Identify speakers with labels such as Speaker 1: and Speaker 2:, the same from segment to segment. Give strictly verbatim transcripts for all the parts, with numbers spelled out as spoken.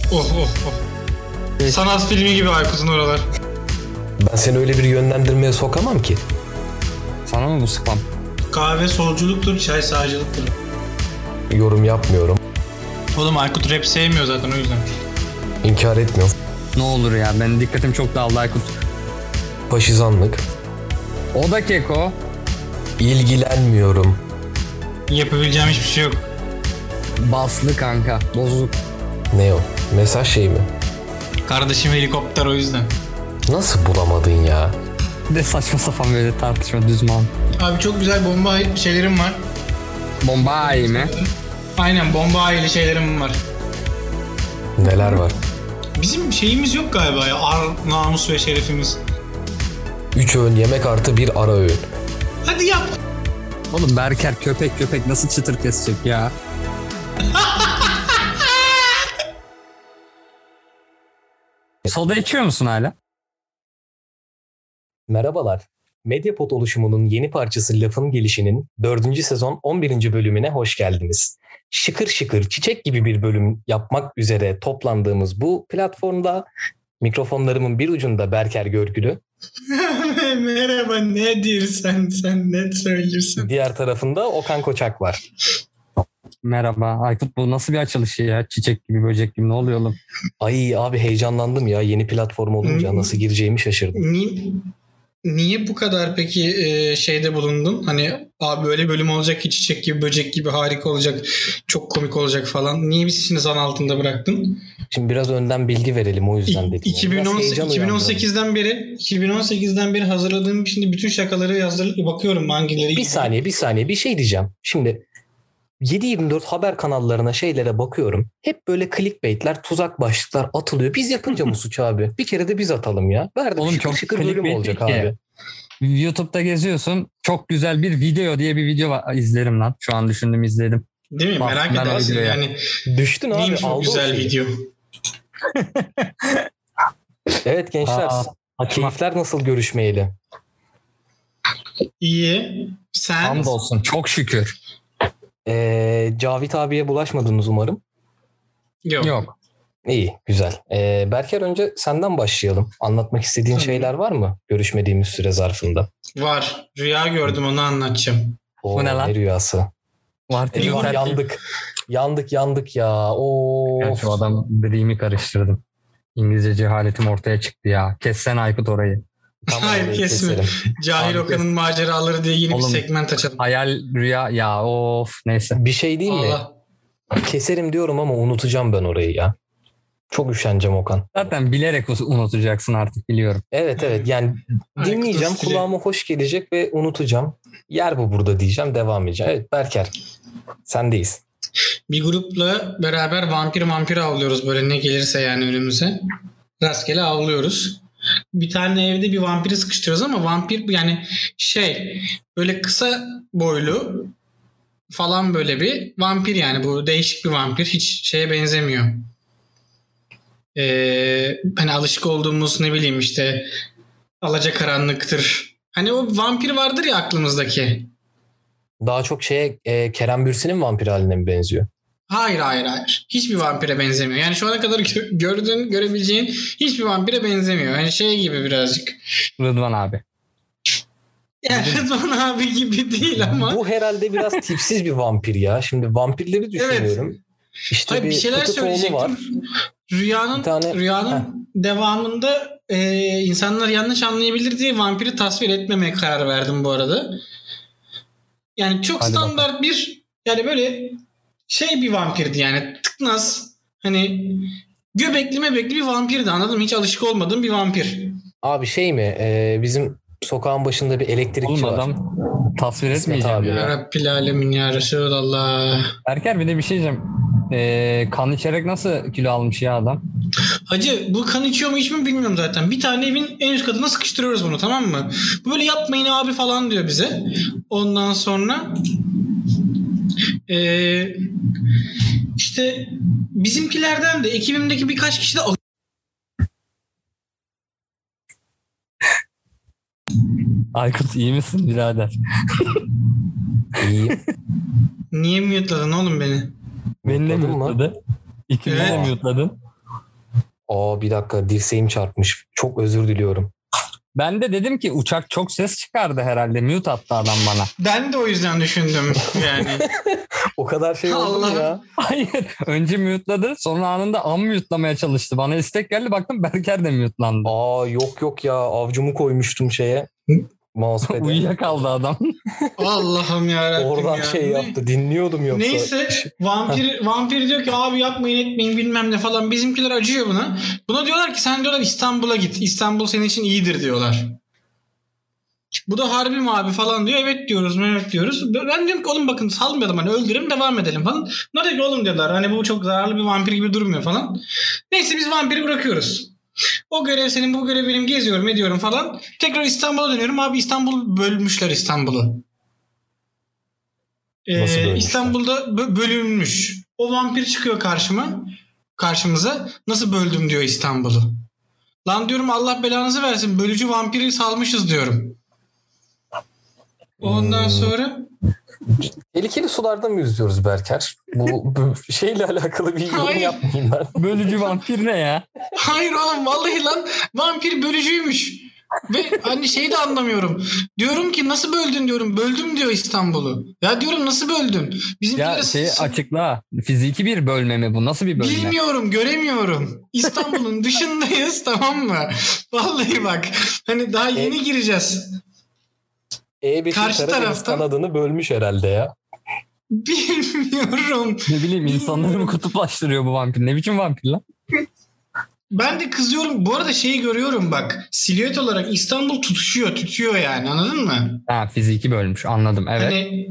Speaker 1: Oh oh oh. Evet. Sanat filmi gibi Aykut'un oralar.
Speaker 2: Ben seni öyle bir yönlendirmeye sokamam ki.
Speaker 3: Sana mı bu spam?
Speaker 1: Kahve solculuktur, çay sağcılıktır.
Speaker 2: Yorum yapmıyorum.
Speaker 1: Oğlum Aykut rap sevmiyor zaten, o yüzden.
Speaker 2: İnkar etmiyorum.
Speaker 3: Ne olur ya, ben dikkatim çok dağıldı Aykut.
Speaker 2: Faşizanlık.
Speaker 3: O da keko.
Speaker 2: İlgilenmiyorum.
Speaker 1: Yapabileceğim hiçbir şey yok.
Speaker 3: Baslı kanka, bozuk.
Speaker 2: Ne o? Mesaj şey mi?
Speaker 1: Kardeşim helikopter, o yüzden.
Speaker 2: Nasıl bulamadın ya?
Speaker 3: De saçma sapan böyle tartışma, düz mal.
Speaker 1: Abi çok güzel bomba şeylerim var.
Speaker 3: Bombay mi?
Speaker 1: Aynen, bomba aile şeylerim var.
Speaker 2: Neler var?
Speaker 1: Bizim şeyimiz yok galiba ya. Ar, namus ve şerefimiz.
Speaker 2: Üç öğün yemek artı bir ara öğün.
Speaker 1: Hadi yap.
Speaker 3: Oğlum Berker köpek köpek nasıl çıtır kesecek ya? Soda içiyor musun hala?
Speaker 2: Merhabalar. Medyapod oluşumunun yeni parçası Lafın Gelişi'nin dördüncü sezon on birinci bölümüne hoş geldiniz. Şıkır şıkır çiçek gibi bir bölüm yapmak üzere toplandığımız bu platformda mikrofonlarımın bir ucunda Berker Görgülü.
Speaker 1: Merhaba, ne diyorsun sen, ne söylüyorsun?
Speaker 2: Diğer tarafında Okan Koçak var.
Speaker 3: Merhaba. Aykut, bu nasıl bir açılışı ya? Çiçek gibi, böcek gibi, ne oluyor oğlum?
Speaker 2: Ay abi, heyecanlandım ya, yeni platform olunca nasıl gireceğimi şaşırdım.
Speaker 1: Niye, niye bu kadar peki e, şeyde bulundun? Hani abi böyle bölüm olacak ki çiçek gibi, böcek gibi, harika olacak, çok komik olacak falan. Niye biz işini zan altında bıraktın?
Speaker 2: Şimdi biraz önden bilgi verelim, o yüzden dedim.
Speaker 1: iki bin on sekiz, iki bin on sekizden beri iki bin on sekizden beri hazırladığım şimdi bütün şakaları yazdırıp bakıyorum hangileri.
Speaker 2: Bir saniye bir saniye bir şey diyeceğim. Şimdi yedi yirmi dört haber kanallarına, şeylere bakıyorum. Hep böyle clickbaitler, tuzak başlıklar atılıyor. Biz yapınca mı suç abi? Bir kere de biz atalım ya. Verdim.
Speaker 3: Oğlum
Speaker 2: şıkır
Speaker 3: çok
Speaker 2: şıkır bölüm
Speaker 3: clickbait
Speaker 2: olacak
Speaker 3: değil ki.
Speaker 2: abi.
Speaker 3: YouTube'da geziyorsun. Çok güzel bir video diye bir video var. İzlerim lan. Şu an düşündüm, izledim.
Speaker 1: Değil mi?
Speaker 3: Bak,
Speaker 1: Merak
Speaker 3: ben
Speaker 1: edersin
Speaker 3: videoya.
Speaker 1: yani.
Speaker 2: Düştün abi.
Speaker 1: Neymiş o
Speaker 2: aldı
Speaker 1: güzel
Speaker 2: o şeyi.
Speaker 1: video?
Speaker 2: Evet gençler.
Speaker 3: Aa,
Speaker 2: keyifler nasıl görüşmeyeli?
Speaker 1: İyi. Sen?
Speaker 3: Hamdolsun. Çok şükür.
Speaker 2: Ee, Cavit abiye bulaşmadınız umarım.
Speaker 1: Yok.
Speaker 3: Yok.
Speaker 2: İyi, güzel. Ee, Berker, önce senden başlayalım. Anlatmak istediğin
Speaker 1: Tabii.
Speaker 2: şeyler var mı görüşmediğimiz süre zarfında?
Speaker 1: Var. Rüya gördüm, onu anlatacağım.
Speaker 2: Oo,
Speaker 3: Bu ne lan?
Speaker 2: Ne rüyası?
Speaker 3: Var
Speaker 2: Eyvah,
Speaker 3: Twitter.
Speaker 2: yandık. Yandık yandık ya. Oo.
Speaker 3: Ya şu adam dream'i karıştırdım. İngilizce cehaletim ortaya çıktı ya. Kessen Aykut orayı.
Speaker 2: Tamam,
Speaker 1: Hayır,
Speaker 2: orayı
Speaker 1: kesme.
Speaker 2: keselim.
Speaker 1: Cahil
Speaker 3: Abi,
Speaker 1: Okan'ın maceraları diye yeni
Speaker 3: Oğlum,
Speaker 1: bir segment açalım.
Speaker 3: Hayal, rüya ya, of, neyse.
Speaker 2: Bir şey değil mi?
Speaker 1: Allah.
Speaker 2: Keserim diyorum ama unutacağım ben orayı ya. Çok üşeneceğim Okan.
Speaker 3: Zaten bilerek unutacaksın artık, biliyorum.
Speaker 2: Evet evet, yani
Speaker 1: Aykut
Speaker 2: dinleyeceğim,
Speaker 1: Usta.
Speaker 2: kulağıma hoş gelecek ve unutacağım. Yer bu burada diyeceğim, devam edeceğim. Evet Berker, sendeyiz.
Speaker 1: Bir grupla beraber vampir vampir avlıyoruz, böyle ne gelirse yani önümüze. Rastgele avlıyoruz. Bir tane evde bir vampiri sıkıştırıyoruz ama vampir yani şey, böyle kısa boylu falan, böyle bir vampir yani, bu değişik bir vampir, hiç şeye benzemiyor. Ee, hani alışık olduğumuz, ne bileyim işte, Alacakaranlık'tır. Hani o vampir vardır ya aklımızdaki.
Speaker 2: Daha çok şeye e, Kerem Bürsin'in vampir haline mi benziyor?
Speaker 1: Hayır hayır hayır. Hiçbir vampire benzemiyor. Yani şu ana kadar gö- gördüğün, görebileceğin hiçbir vampire benzemiyor. Yani şey gibi birazcık.
Speaker 3: Rıdvan abi.
Speaker 1: Yani Rıdvan abi gibi değil ama.
Speaker 2: Bu herhalde biraz tipsiz bir vampir ya. Şimdi vampirleri düşünüyorum. İşte
Speaker 1: Hayır,
Speaker 2: bir,
Speaker 1: bir şeyler
Speaker 2: Kutup oğlu var.
Speaker 1: söyleyecektim. Rüyanın,
Speaker 2: Bir tane-
Speaker 1: rüyanın
Speaker 2: Heh.
Speaker 1: devamında e, insanlar yanlış anlayabilir diye vampiri tasvir etmemeye karar verdim bu arada. Yani çok
Speaker 3: Hadi
Speaker 1: standart
Speaker 3: bakalım.
Speaker 1: bir, yani böyle şey bir vampirdi yani, tıknaz, hani göbekli mebekli bir vampirdi, anladın mı? Hiç alışık olmadığım bir vampir.
Speaker 2: Abi şey mi? e, bizim sokağın başında bir elektrikçi
Speaker 3: Oğlum
Speaker 2: var.
Speaker 3: adam tasvir
Speaker 2: İsmet
Speaker 3: etmeyeceğim
Speaker 2: abi
Speaker 3: ya.
Speaker 1: Ya Rabbil Alemin ya Resulallah.
Speaker 3: Berker, bir de bir şey diyeceğim. Ee, kan içerek nasıl kilo almış ya adam?
Speaker 1: Hacı, bu kan içiyor mu içmiyor mu bilmiyorum zaten. Bir tane evin en üst katına sıkıştırıyoruz bunu, tamam mı? Bu böyle yapmayın abi falan diyor bize. Ondan sonra ee, işte bizimkilerden de, ekibimdeki birkaç kişi de
Speaker 3: Aykut, iyi misin birader?
Speaker 2: İyi.
Speaker 1: niye mute'ladın oğlum beni?
Speaker 3: Beni de
Speaker 2: Mute'ladın mı?
Speaker 3: mute'ladı. İkimizi de
Speaker 1: Evet.
Speaker 3: mute'ladın.
Speaker 2: Aa bir dakika, dirseğim çarpmış. Çok özür diliyorum.
Speaker 3: Ben de dedim ki uçak çok ses çıkardı herhalde. Mute attı adam bana.
Speaker 1: Ben de o yüzden düşündüm yani.
Speaker 2: O kadar şey oldu mu ya?
Speaker 3: Hayır. Önce mute'ladı. Sonra anında unmute'lamaya çalıştı. Bana istek geldi. Baktım Berker de mute'landı.
Speaker 2: Aa yok yok ya. Avcumu koymuştum şeye. Mousepad'e.
Speaker 3: Uyuyakaldı adam.
Speaker 1: Allah'ım yarabbim
Speaker 2: Oradan
Speaker 1: ya.
Speaker 2: şey yaptı. Dinliyordum yoksa.
Speaker 1: Neyse vampir vampir diyor ki abi yapmayın etmeyin bilmem ne falan. Bizimkiler acıyor buna. Buna diyorlar ki sen diyorlar İstanbul'a git. İstanbul senin için iyidir diyorlar. Bu da harbi mi abi falan diyor. Evet diyoruz evet diyoruz. Ben diyorum ki oğlum bakın salmayalım hani öldürelim devam edelim falan. Ne diyor ki oğlum diyorlar hani bu çok zararlı bir vampir gibi durmuyor falan. Neyse biz vampiri bırakıyoruz. O görev senin bu görev benim geziyorum ediyorum falan. Tekrar İstanbul'a dönüyorum. Abi İstanbul bölmüşler İstanbul'u. Ee, İstanbul'da bö- bölünmüş. O vampir çıkıyor karşıma. Karşımıza. Nasıl böldüm diyor İstanbul'u. Lan diyorum Allah belanızı versin. Bölücü vampiri salmışız diyorum. Ondan hmm. sonra
Speaker 2: tehlikeli sularda mı yüzüyoruz Berker? Bu, bu şeyle alakalı bir yorum yapmayayım ben.
Speaker 3: Bölücü vampir ne ya?
Speaker 1: Hayır oğlum vallahi lan vampir bölücüymüş. Ve hani şeyi de anlamıyorum. Diyorum ki nasıl böldün diyorum. Böldüm diyor İstanbul'u. Ya diyorum nasıl böldün?
Speaker 3: Bizim ya şeyi s- açıkla. Fiziki bir bölme mi bu? Nasıl bir bölme?
Speaker 1: Bilmiyorum göremiyorum. İstanbul'un dışındayız tamam mı? Vallahi bak. Hani daha yeni gireceğiz.
Speaker 2: E beşin
Speaker 1: karşı taraftan
Speaker 2: kanadını bölmüş herhalde ya.
Speaker 1: Bilmiyorum.
Speaker 3: Ne bileyim insanları mı kutuplaştırıyor bu vampir? Ne biçim vampir lan?
Speaker 1: Ben de kızıyorum. Bu arada şeyi görüyorum bak. Silüet olarak İstanbul tutuşuyor, tutuyor yani. Anladın mı?
Speaker 3: Ha fiziki bölmüş. Anladım. Evet.
Speaker 1: Hani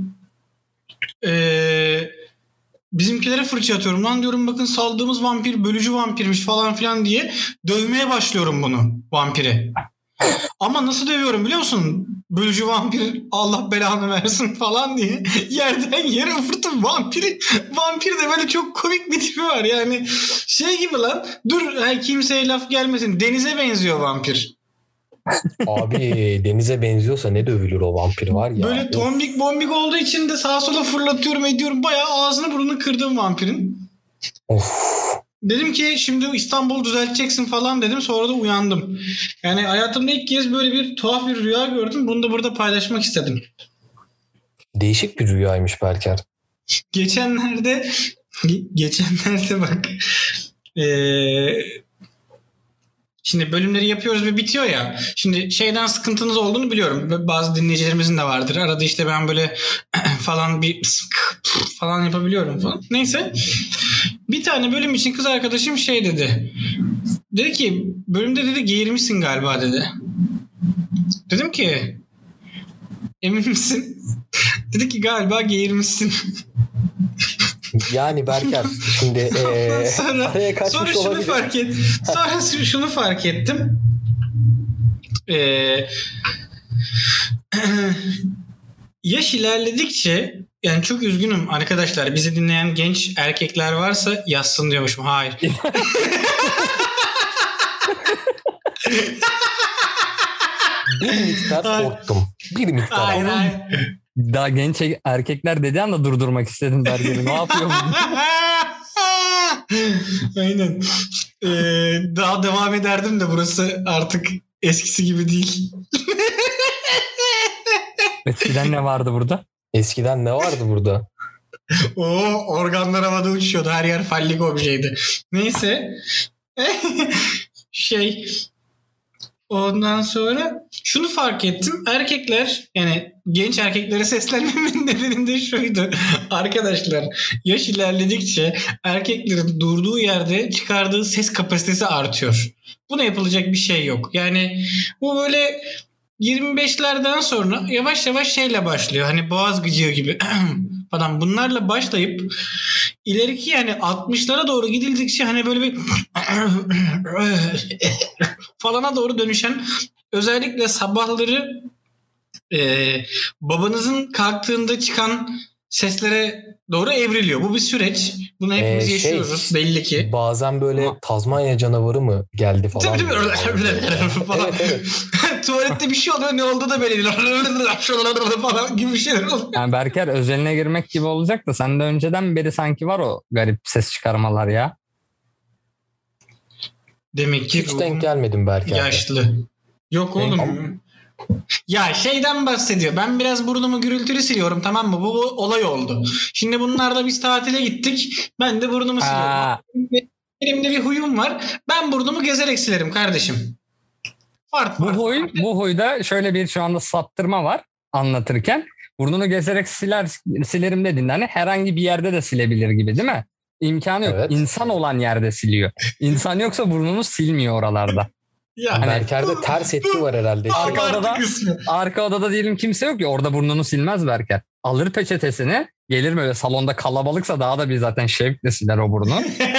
Speaker 1: ee, bizimkilere fırça atıyorum. Lan diyorum bakın saldığımız vampir bölücü vampirmiş falan filan diye dövmeye başlıyorum bunu vampiri. Ama nasıl dövüyorum biliyor musun? Bölücü vampir Allah belanı versin falan diye yerden yere vurdum vampiri. Vampir de böyle çok komik bir tipi var yani şey gibi lan dur yani kimseye laf gelmesin denize benziyor vampir.
Speaker 2: Abi denize benziyorsa ne dövülür o vampir var ya.
Speaker 1: Böyle tombik bombik olduğu için de sağa sola fırlatıyorum ediyorum bayağı ağzını burnunu kırdım vampirin.
Speaker 2: Of.
Speaker 1: Dedim ki şimdi İstanbul'u düzelteceksin falan dedim. Sonra da uyandım. Yani hayatımda ilk kez böyle bir tuhaf bir rüya gördüm. Bunu da burada paylaşmak istedim.
Speaker 2: Değişik bir rüyaymış Berker.
Speaker 1: Geçenlerde geçenlerde bak ee, şimdi bölümleri yapıyoruz ve bitiyor ya. Şimdi şeyden sıkıntınız olduğunu biliyorum. Bazı dinleyicilerimizin de vardır. Arada işte ben böyle falan bir falan yapabiliyorum falan. Neyse. Bir tane bölüm için kız arkadaşım şey dedi. Dedi ki bölümde dedi geğirmişsin galiba dedi. Dedim ki emin misin? Dedi ki galiba geğirmişsin.
Speaker 2: Yani Berker şimdi ee,
Speaker 1: sonra,
Speaker 2: araya kaçmış
Speaker 1: sonra şunu
Speaker 2: olabilir.
Speaker 1: fark et. Sonra şunu fark ettim. Ee, yaş ilerledikçe yani çok üzgünüm arkadaşlar. Bizi dinleyen genç erkekler varsa yazsın diyormuşum. Hayır.
Speaker 2: Bir miktar korktum. Bir miktar.
Speaker 1: Hayır, hayır.
Speaker 3: Daha genç erkekler dedi anda durdurmak istedim Berger'i. Ne yapıyor bu?
Speaker 1: Aynen. Ee, daha devam ederdim de burası artık eskisi gibi değil.
Speaker 3: Eskiden ne vardı burada?
Speaker 2: Eskiden ne vardı burada?
Speaker 1: Oo, organlar havada uçuyordu. Her yer fallik objeydi. Neyse. şey ondan sonra şunu fark ettim. Erkekler yani genç erkeklere seslenmemin nedeni de şuydu. Arkadaşlar yaş ilerledikçe erkeklerin durduğu yerde çıkardığı ses kapasitesi artıyor. Buna yapılacak bir şey yok. Yani bu böyle yirmi beşlerden sonra yavaş yavaş şeyle başlıyor. Hani boğaz gıcığı gibi falan bunlarla başlayıp ileriki yani altmışlara doğru gidildikçe hani böyle bir falana doğru dönüşen özellikle sabahları e, babanızın kalktığında çıkan seslere doğru evriliyor. Bu bir süreç. Bunu hepimiz ee, şey, yaşıyoruz belli ki.
Speaker 2: Bazen böyle ama Tazmanya canavarı mı geldi falan.
Speaker 1: Tabii tabii. falan. Evet, evet. Tuvalette bir şey oluyor ne oldu da böyle falan gibi bir şeyler oluyor.
Speaker 3: Yani Berker özeline girmek gibi olacak da sende önceden beri sanki var o garip ses çıkarmalar ya.
Speaker 1: Demek ki
Speaker 2: Hiç denk gelmedim belki.
Speaker 1: yaşlı. Yok oğlum. Denk... Ya şeyden bahsediyor. Ben biraz burnumu gürültülü siliyorum, tamam mı? Bu, bu olay oldu. Şimdi bunlarla biz tatile gittik. Ben de burnumu siliyorum. Benim de bir huyum var. Ben burnumu gezerek silerim kardeşim. Fart, fart,
Speaker 3: bu huy,
Speaker 1: fart.
Speaker 3: bu huyda şöyle bir şu anda saptırma var anlatırken. Burnunu gezerek siler silerim dediğinde hani herhangi bir yerde de silebilir gibi değil mi? İmkanı yok. Evet. İnsan olan yerde siliyor. İnsan yoksa burnunu silmiyor oralarda.
Speaker 2: Ya hani, Berker'de ters etki var herhalde.
Speaker 3: Arka odada, arka odada diyelim kimse yok ya, orada burnunu silmez Berker. Alır peçetesini, gelir böyle salonda kalabalıksa daha da bir zaten şevkle siler o burnu.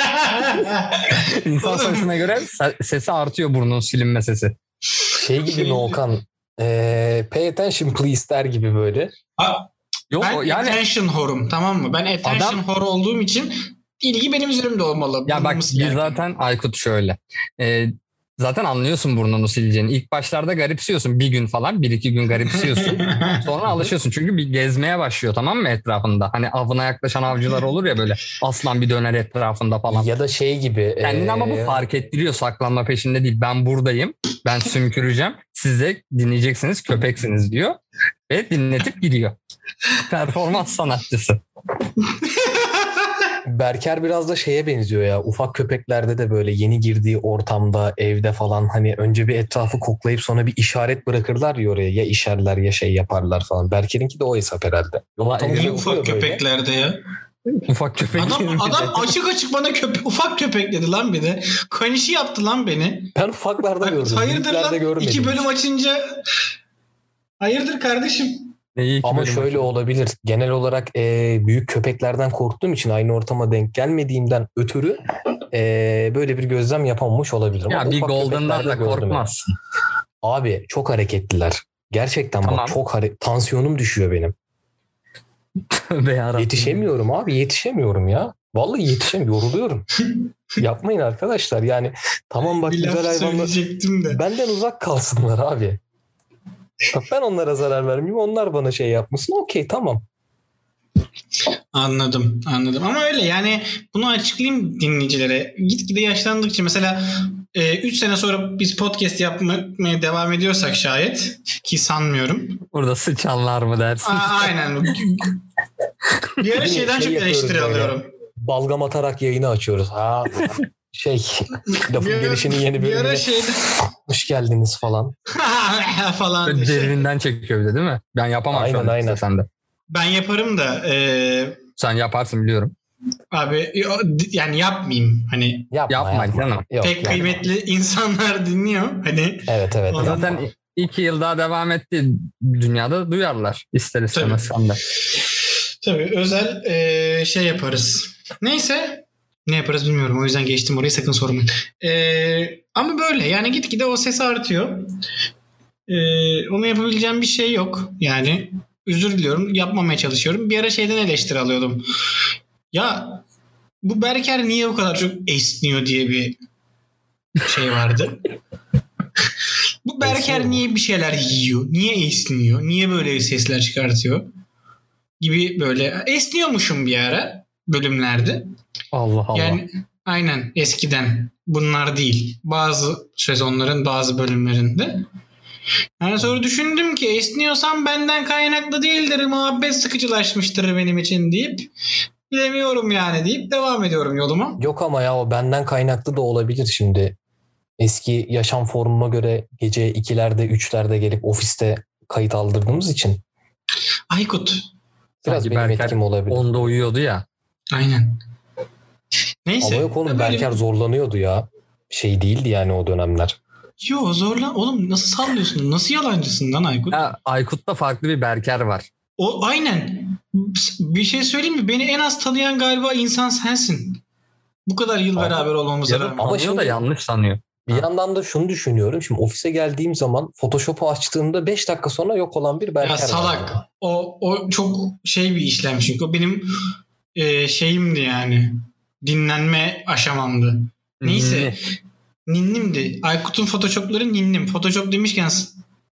Speaker 3: İnsan sayısına göre sesi artıyor burnunun silinme sesi.
Speaker 2: Şey gibi mi Okan? Ee, pay attention please der gibi böyle.
Speaker 1: Ha, Yok, ben yani, attention whore'um, tamam mı? Ben attention adam, whore olduğum için ilgi benim üzerimde olmalı.
Speaker 3: Ya bak biz zaten Aykut şöyle. Ee, zaten anlıyorsun burnunu sileceğini. İlk başlarda garipsiyorsun. Bir gün falan, bir iki gün garipsiyorsun. Sonra alışıyorsun. Çünkü bir gezmeye başlıyor, tamam mı, etrafında. Hani avına yaklaşan avcılar olur ya böyle. Aslan bir döner etrafında falan.
Speaker 2: Ya da şey gibi.
Speaker 3: Kendini ee... ama bu fark ettiriyor, saklanma peşinde değil. Ben buradayım. Ben sümküreceğim. Siz de dinleyeceksiniz, köpeksiniz diyor. Ve dinletip gidiyor. Performans sanatçısı.
Speaker 2: Berker biraz da şeye benziyor ya. Ufak köpeklerde de böyle yeni girdiği ortamda, evde falan hani önce bir etrafı koklayıp sonra bir işaret bırakırlar ya oraya. Ya işerler ya şey yaparlar falan. Berker'inki de o hesap herhalde.
Speaker 1: Vallahi ufak köpeklerde böyle. Ya.
Speaker 3: Ufak köpek.
Speaker 1: Adam, adam açık açık bana köpe, ufak köpek dedi lan bir de. Kanişi yaptı lan beni.
Speaker 2: Ben ufaklarda gördüm.
Speaker 1: Hayırdır lan? İki bölüm açınca. Hayırdır kardeşim?
Speaker 2: Ama şöyle açınca olabilir. Genel olarak e, büyük köpeklerden korktuğum için aynı ortama denk gelmediğimden ötürü e, böyle bir gözlem yapamamış olabilirim.
Speaker 3: Ya
Speaker 2: ama
Speaker 3: bir Golden'dan da korkmaz.
Speaker 2: Yani. Abi çok hareketliler. Gerçekten tamam. Bak çok hare- tansiyonum düşüyor benim. Yetişemiyorum abi, yetişemiyorum ya. Vallahi yetişemiyorum, yoruluyorum. Yapmayın arkadaşlar yani. Tamam bak, güzel hayvanlar de. Benden uzak kalsınlar abi. Ben onlara zarar vermeyeyim, onlar bana şey yapmasın. Okey, tamam.
Speaker 1: Anladım anladım ama öyle yani, bunu açıklayayım dinleyicilere. Gitgide yaşlandıkça mesela üç e, sene sonra biz podcast yapmaya devam ediyorsak şayet, ki sanmıyorum.
Speaker 3: Burada sıçanlar mı dersin?
Speaker 1: Aa, aynen. Bir ara şeyden şey çok eleştiri alıyorum.
Speaker 2: Balgam atarak yayını açıyoruz. Ha şey lafın bir gelişinin yeni bölümüne şeyde... hoş geldiniz falan.
Speaker 1: falan.
Speaker 3: Derinden çekiyor bir de değil mi? Ben yapamam
Speaker 2: aynen,
Speaker 3: şu an
Speaker 2: aynen.
Speaker 3: Sen de.
Speaker 1: Ben yaparım da. E...
Speaker 3: Sen yaparsın biliyorum.
Speaker 1: Abi yani yapmayayım. Hani
Speaker 3: yapma, yapma canım.
Speaker 1: Yok, pek yapma. Kıymetli insanlar dinliyor. Hani
Speaker 2: evet evet.
Speaker 3: Zaten yani. iki yıl daha devam etti. Dünyada duyarlar. İster istemez sen de.
Speaker 1: Tabii özel e, şey yaparız. Neyse. Ne yaparız bilmiyorum. O yüzden geçtim orayı, sakın sormayın. Ee, ama böyle yani gitgide o ses artıyor. Ee, onu yapabileceğim bir şey yok. Yani özür diliyorum. Yapmamaya çalışıyorum. Bir ara şeyden eleştiri alıyordum. Ya bu Berker niye bu kadar çok esniyor diye bir şey vardı. Bu Berker niye bir şeyler yiyor? Niye esniyor? Niye böyle sesler çıkartıyor? Gibi böyle esniyormuşum bir ara bölümlerde.
Speaker 3: Allah Allah.
Speaker 1: Yani aynen eskiden, bunlar değil. Bazı sezonların bazı bölümlerinde. Yani sonra düşündüm ki esniyorsam benden kaynaklı değildir, muhabbet sıkıcılaşmıştır benim için deyip bilemiyorum yani deyip devam ediyorum yoluma.
Speaker 2: Yok ama ya o benden kaynaklı da olabilir şimdi. Eski yaşam formuma göre gece ikilerde üçlerde gelip ofiste kayıt aldırdığımız için.
Speaker 1: Aykut.
Speaker 2: Biraz
Speaker 3: sanki
Speaker 2: benim
Speaker 3: Berker
Speaker 2: etkim olabilir.
Speaker 3: Onda uyuyordu ya.
Speaker 1: Aynen. Neyse.
Speaker 2: Ama yok oğlum, Berker böyle... zorlanıyordu ya. Şey değildi yani o dönemler.
Speaker 1: Yo zorlan. Oğlum nasıl sallıyorsun? Nasıl yalancısın lan Aykut?
Speaker 3: Ya, Aykut'ta farklı bir Berker var.
Speaker 1: O aynen. Bir şey söyleyeyim mi? Beni en az tanıyan galiba insan sensin. Bu kadar yıl ama, beraber olmamıza rağmen.
Speaker 3: Ama şimdi da yanlış sanıyor.
Speaker 2: Bir ha. yandan da şunu düşünüyorum. Şimdi ofise geldiğim zaman Photoshop'u açtığımda beş dakika sonra yok olan bir Berker.
Speaker 1: Ya salak. Var. O o çok şey bir işlem çünkü. O benim e, şeyimdi yani. Dinlenme aşamamdı. Neyse. Ninni. Ninnimdi. Aykut'un Photoshop'ları ninnim. Photoshop demişken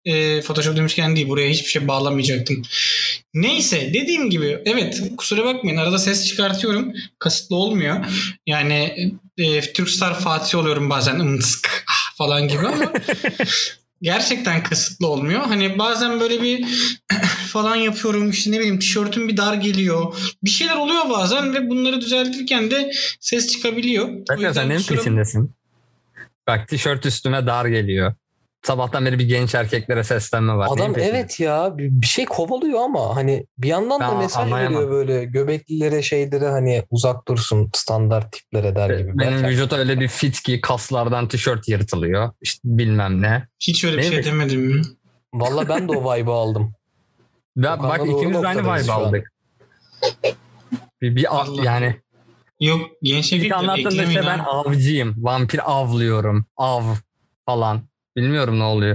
Speaker 1: E, Photoshop demişken değil, buraya hiçbir şey bağlamayacaktım. Neyse, dediğim gibi evet, kusura bakmayın arada ses çıkartıyorum. Kasıtlı olmuyor. Yani e, Türkstar Fatih oluyorum bazen ımtısk falan gibi ama gerçekten kasıtlı olmuyor. Hani bazen böyle bir falan yapıyorum, işte ne bileyim tişörtüm bir dar geliyor. Bir şeyler oluyor bazen ve bunları düzeltirken de ses çıkabiliyor.
Speaker 3: Bakın sen neyin peşindesin? Bak, tişört üstüme dar geliyor. Sabahtan beri bir genç erkeklere seslenme var.
Speaker 2: Adam evet ya bir şey kovalıyor ama hani bir yandan da
Speaker 3: ben
Speaker 2: mesaj
Speaker 3: anlayamam.
Speaker 2: veriyor böyle göbeklilere şeylere hani uzak dursun standart tiplere der gibi.
Speaker 3: Benim
Speaker 2: Belki
Speaker 3: vücut öyle bir fit ki kaslardan tişört yırtılıyor. İşte bilmem ne.
Speaker 1: Hiç öyle bir
Speaker 3: Neymiş?
Speaker 1: şey demedim mi?
Speaker 2: valla ben de o vibe'ı aldım.
Speaker 3: Ben, bak ikimiz de aynı vibe aldık. Bir, bir yani.
Speaker 1: Yok genç
Speaker 3: İlk anlattığında işte ben avcıyım. Vampir avlıyorum. Av falan. Bilmiyorum ne oluyor.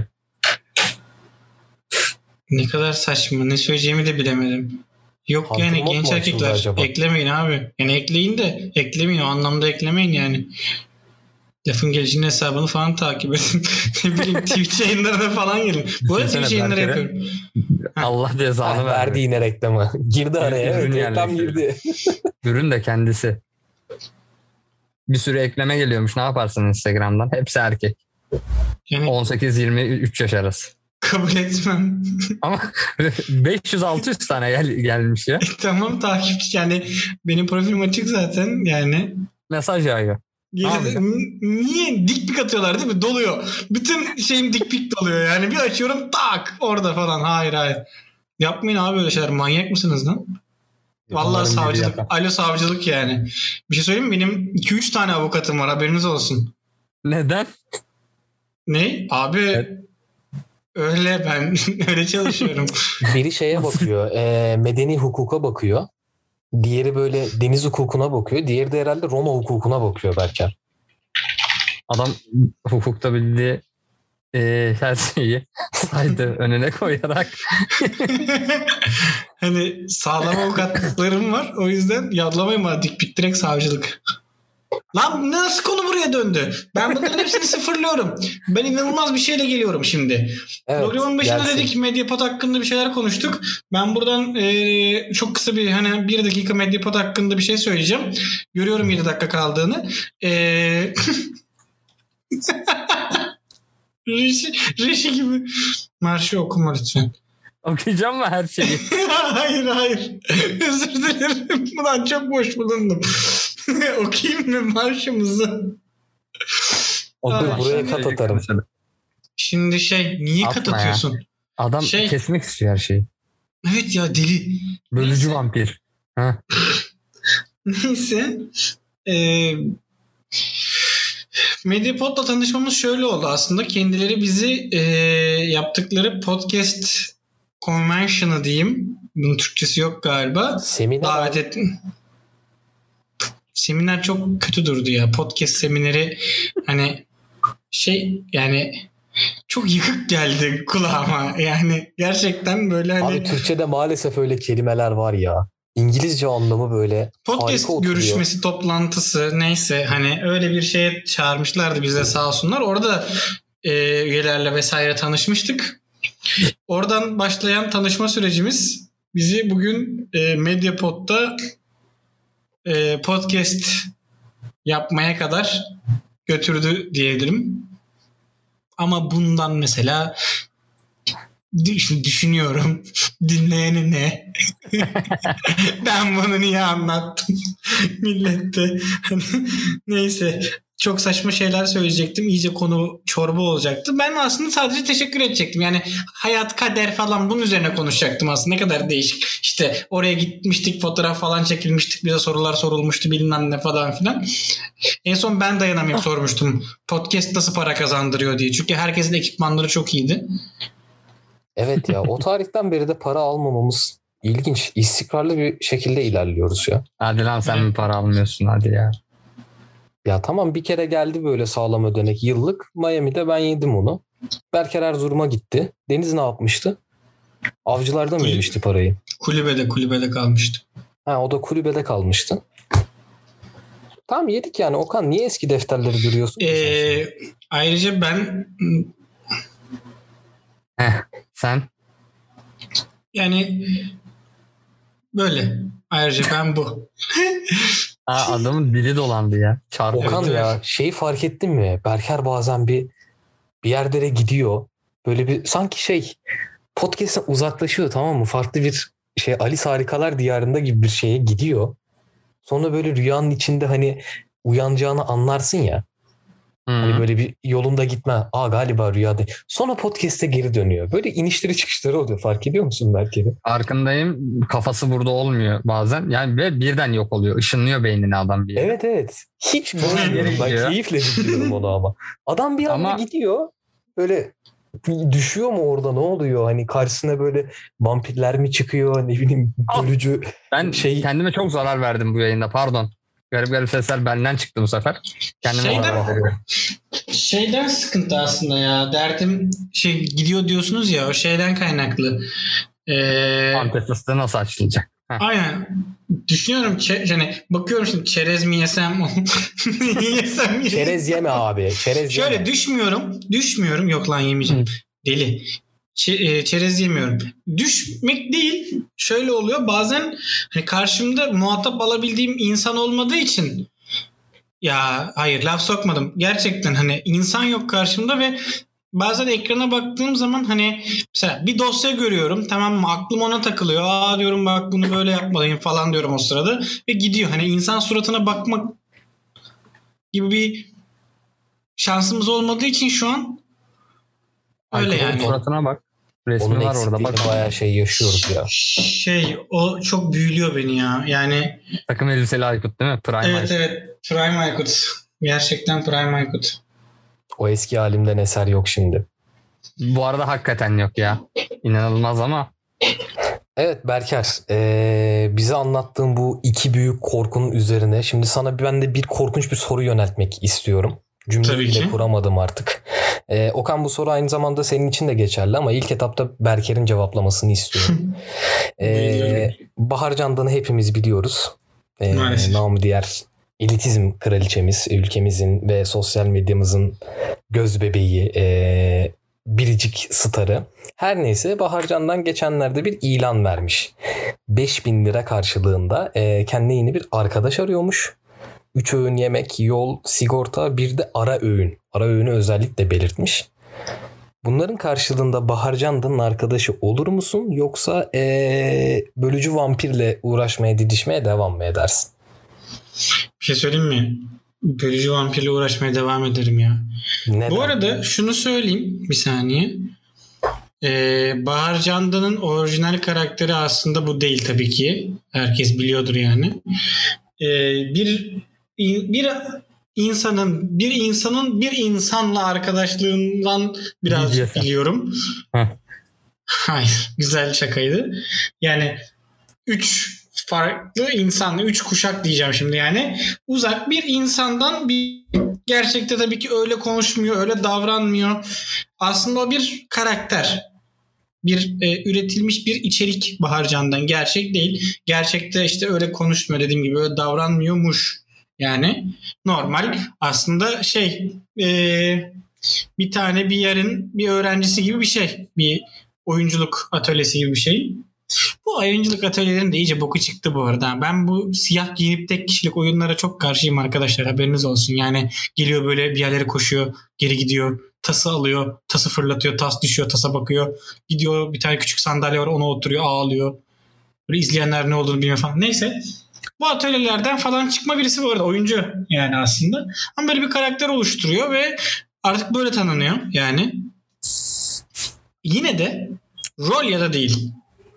Speaker 1: Ne kadar saçma. Ne söyleyeceğimi de bilemedim. Yok
Speaker 2: Hunter
Speaker 1: yani
Speaker 2: mod
Speaker 1: genç
Speaker 2: mu
Speaker 1: erkekler
Speaker 2: acaba?
Speaker 1: eklemeyin abi. Yani ekleyin de eklemeyin, o anlamda eklemeyin yani. Lafın gelişinin hesabını falan takip edin. Ne bileyim Twitch yayınlarına falan gelin. Bu arada Twitch yayınları yapıyorum.
Speaker 3: Allah cezanı
Speaker 2: Ah,
Speaker 3: verdi.
Speaker 2: verdi yine reklamı. Girdi araya. Evet, reklam girdi.
Speaker 3: Ürün de kendisi. Bir sürü ekleme geliyormuş. Ne yaparsın Instagram'dan? Hepsi erkek.
Speaker 1: Yani
Speaker 3: on sekiz yirmi üç yaş arası.
Speaker 1: kabul etmem.
Speaker 3: Ama beş yüz altı yüz tane gel, gelmiş ya.
Speaker 1: E, tamam takipçi, yani benim profilim açık zaten yani.
Speaker 3: Mesaj yağıyor.
Speaker 1: Geride, niye? Dik pik atıyorlar değil mi? Doluyor. Bütün şeyim dik pik doluyor yani. Bir açıyorum tak orada falan. Hayır hayır. Yapmayın abi öyle şeyler. Manyak mısınız lan? Vallahi
Speaker 3: Umarım
Speaker 1: savcılık. Alo savcılık yani. Bir şey söyleyeyim mi? Benim iki üç tane avukatım var, haberiniz olsun.
Speaker 3: Neden?
Speaker 1: Ne? Abi evet. Öyle ben öyle çalışıyorum.
Speaker 2: Biri şeye bakıyor. E, medeni hukuka bakıyor. Diğeri böyle deniz hukukuna bakıyor. Diğeri de herhalde Roma hukukuna bakıyor Berker.
Speaker 3: Adam hukukta bildiği e, her şeyi saydı önüne koyarak.
Speaker 1: Hani sağlam avukatlıklarım var. O yüzden yadlamayın bana, dik pik direkt savcılık. Lan nasıl konu buraya döndü? Ben bunların hepsini sıfırlıyorum. Ben inanılmaz bir şeyle geliyorum şimdi. Evet, programın başında gelsin. Dedik Mediapod hakkında bir şeyler konuştuk. Ben buradan e, çok kısa bir hani bir dakika Mediapod hakkında bir şey söyleyeceğim. Görüyorum yedi dakika kaldığını. Eee Reşi, Reşi gibi. Marşı okuma lütfen.
Speaker 3: Okuyacağım mı her şeyi?
Speaker 1: hayır hayır. Özür dilerim. Bundan çok boş bulundum. Okuyayım mı marşımızı?
Speaker 2: Oku, buraya kat atarım.
Speaker 1: Şimdi şey niye
Speaker 3: Atma
Speaker 1: kat atıyorsun?
Speaker 3: Ya. Adam
Speaker 1: şey,
Speaker 3: kesmek istiyor her şeyi.
Speaker 1: Evet ya, deli.
Speaker 3: Bölücü Neyse. Vampir. Ha.
Speaker 1: Neyse. Eee Mediapod'la tanışmamız şöyle oldu aslında. Kendileri bizi e, yaptıkları podcast convention'ı diyeyim. Bunun Türkçesi yok galiba.
Speaker 2: Seminer.
Speaker 1: Davet ettim. Seminer çok kötü durdu ya. Podcast semineri hani şey yani çok yıkık geldi kulağıma. Yani gerçekten böyle hani.
Speaker 2: Abi Türkçe'de maalesef öyle kelimeler var ya. İngilizce anlamı böyle
Speaker 1: podcast görüşmesi toplantısı neyse hani öyle bir şeye çağırmışlardı bize sağ olsunlar. Orada e, üyelerle vesaire tanışmıştık. Oradan başlayan tanışma sürecimiz bizi bugün e, Mediapod'da e, podcast yapmaya kadar götürdü diyebilirim. Ama bundan mesela düşünüyorum. Dinleyeni ne? Ben bunu niye anlattım? Millette. Neyse. Çok saçma şeyler söyleyecektim. İyice konu çorba olacaktı. Ben aslında sadece teşekkür edecektim. Yani hayat, kader falan bunun üzerine konuşacaktım aslında. Ne kadar değişik. İşte oraya gitmiştik, fotoğraf falan çekilmiştik. Bize sorular sorulmuştu bilmem ne falan filan. En son ben dayanamayıp sormuştum. Podcast nasıl para kazandırıyor diye. Çünkü herkesin ekipmanları çok iyiydi.
Speaker 2: Evet ya, o tarihten beri de para almamamız ilginç. İstikrarlı bir şekilde ilerliyoruz ya.
Speaker 3: Hadi lan sen mi para almıyorsun hadi ya.
Speaker 2: Ya tamam, bir kere geldi böyle sağlam ödenek yıllık. Miami'de ben yedim onu. Berker Erzurum'a gitti. Deniz ne yapmıştı? Avcılarda mı Kulübe, yemişti parayı?
Speaker 1: Kulübede kulübede kalmıştı.
Speaker 2: Ha, o da kulübede kalmıştı. Tamam yedik yani. Okan niye eski defterleri görüyorsun?
Speaker 1: Ee, ayrıca ben
Speaker 3: Heh. Sen?
Speaker 1: Yani böyle. Ayrıca ben bu.
Speaker 3: Aa, adamın dili dolandı ya. Çarpı.
Speaker 2: Okan
Speaker 1: Evet,
Speaker 2: ya
Speaker 1: evet.
Speaker 2: şeyi fark ettin mi? Berker bazen bir bir yerlere gidiyor. Böyle bir sanki şey podcast'ten uzaklaşıyor, tamam mı? Farklı bir şey, Alice Harikalar Diyarında gibi bir şeye gidiyor. Sonra böyle rüyanın içinde hani uyanacağını anlarsın ya. Hani
Speaker 3: Hı.
Speaker 2: böyle bir yolunda gitme. Aa galiba rüyada. Sonra podcast'e geri dönüyor. Böyle inişleri çıkışları oluyor. Fark ediyor musun Berker'i?
Speaker 3: Farkındayım. Kafası burada olmuyor bazen. Yani ve birden yok oluyor. Işınlıyor beynini adam bir yere.
Speaker 2: Evet evet. Hiç bozmuyorum. Ben
Speaker 3: Gerekiyor.
Speaker 2: keyifle dinliyorum onu ama. Adam bir anda
Speaker 3: Ama-
Speaker 2: gidiyor. Böyle düşüyor mu orada, ne oluyor? Hani karşısına böyle vampirler mi çıkıyor? Ne bileyim bölücü
Speaker 3: Ben
Speaker 2: şey.
Speaker 3: kendime çok zarar verdim bu yayında. Pardon. Garip garip sesler benden çıktı bu sefer. Kendime
Speaker 1: Şeyden-
Speaker 3: zarar veriyorum.
Speaker 1: Şeyden sıkıntı aslında ya. Derdim şey gidiyor diyorsunuz ya, o şeyden kaynaklı. Ee,
Speaker 3: Antep fıstığı nasıl açılacak? Heh.
Speaker 1: aynen. Düşünüyorum çe- yani bakıyorum şimdi çerez mi yesem yesem mi?
Speaker 2: Çerez yeme abi. Çerez
Speaker 1: Şöyle
Speaker 2: yeme.
Speaker 1: düşmüyorum. Düşmüyorum. Yok lan yemeyeceğim.
Speaker 3: Hı.
Speaker 1: Deli. Ç- e, çerez yemiyorum. Düşmek değil. Şöyle oluyor. Bazen hani karşımda muhatap alabildiğim insan olmadığı için, ya hayır laf sokmadım. Gerçekten hani insan yok karşımda ve bazen ekrana baktığım zaman hani mesela bir dosya görüyorum, tamam mı, aklım ona takılıyor. Aa diyorum bak bunu böyle yapmalıyım falan diyorum o sırada ve gidiyor. Hani insan suratına bakmak gibi bir şansımız olmadığı için şu an öyle
Speaker 3: Aykut'un
Speaker 1: yani.
Speaker 3: suratına bak. Resmi
Speaker 2: Onun
Speaker 3: var orada. Bak.
Speaker 2: eksikliğini bayağı şey yaşıyoruz ya.
Speaker 1: Şey o çok büyülüyor beni ya. Yani
Speaker 3: Takım elbiseli Aykut değil mi? Prime
Speaker 1: evet
Speaker 3: Aykut.
Speaker 1: evet Prime Aykut. Gerçekten Prime Aykut.
Speaker 2: O eski halimden eser yok şimdi.
Speaker 3: Bu arada hakikaten yok ya. İnanılmaz ama.
Speaker 2: Evet Berker, ee, bize anlattığın bu iki büyük korkunun üzerine şimdi sana ben de bir korkunç bir soru yöneltmek istiyorum. Cümleyi
Speaker 1: Tabii
Speaker 2: bile
Speaker 1: ki.
Speaker 2: kuramadım artık. Ee, Okan, bu soru aynı zamanda senin için de geçerli ama ilk etapta Berker'in cevaplamasını istiyorum. ee,
Speaker 1: Biliyorum.
Speaker 2: Bahar Candan'ı hepimiz biliyoruz. Ee,
Speaker 1: Maalesef.
Speaker 2: namı diğer elitizm kraliçemiz, ülkemizin ve sosyal medyamızın göz bebeği, ee, biricik starı. Her neyse Bahar Candan geçenlerde bir ilan vermiş. beş bin lira karşılığında e, kendine yeni bir arkadaş arıyormuş. üç öğün yemek, yol, sigorta, bir de ara öğün. Ara öğünü özellikle belirtmiş. Bunların karşılığında Bahar Candan'ın arkadaşı olur musun? Yoksa e, bölücü vampirle uğraşmaya, didişmeye devam mı edersin?
Speaker 1: Bir şey söyleyeyim mi? Bölücü vampirle uğraşmaya devam ederim ya.
Speaker 2: Neden?
Speaker 1: Bu arada şunu söyleyeyim bir saniye. Ee, Bahar Candan'ın orijinal karakteri aslında bu değil tabii ki. Herkes biliyordur yani. Ee, bir bir insanın bir insanın bir insanla arkadaşlığından biraz
Speaker 3: Bilmiyorsun.
Speaker 1: biliyorum.
Speaker 3: Heh.
Speaker 1: Hayır, güzel şakaydı. Yani üç farklı insan, üç kuşak diyeceğim şimdi yani. Uzak bir insandan bir gerçekte tabii ki öyle konuşmuyor, öyle davranmıyor. Aslında o bir karakter. Bir e, üretilmiş bir içerik Bahar Candan. Gerçek değil. Gerçekte işte öyle konuşmuyor, dediğim gibi öyle davranmıyormuş. Yani normal aslında şey e, bir tane bir yerin bir öğrencisi gibi bir şey. Bir oyunculuk atölyesi gibi bir şey. Bu oyunculuk atölyelerinin de iyice boku çıktı bu arada. Ben bu siyah giyinip tek kişilik oyunlara çok karşıyım arkadaşlar. Haberiniz olsun. Yani geliyor böyle bir yerlere koşuyor, geri gidiyor, tası alıyor, tası fırlatıyor, tas düşüyor, tasa bakıyor. Gidiyor bir tane küçük sandalye var, ona oturuyor, ağlıyor. Böyle izleyenler ne olduğunu bilmiyor falan. Neyse. Bu atölyelerden falan çıkma birisi bu arada. Oyuncu yani aslında. Ama böyle bir karakter oluşturuyor ve artık böyle tanınıyor yani. Yine de rol ya da değil.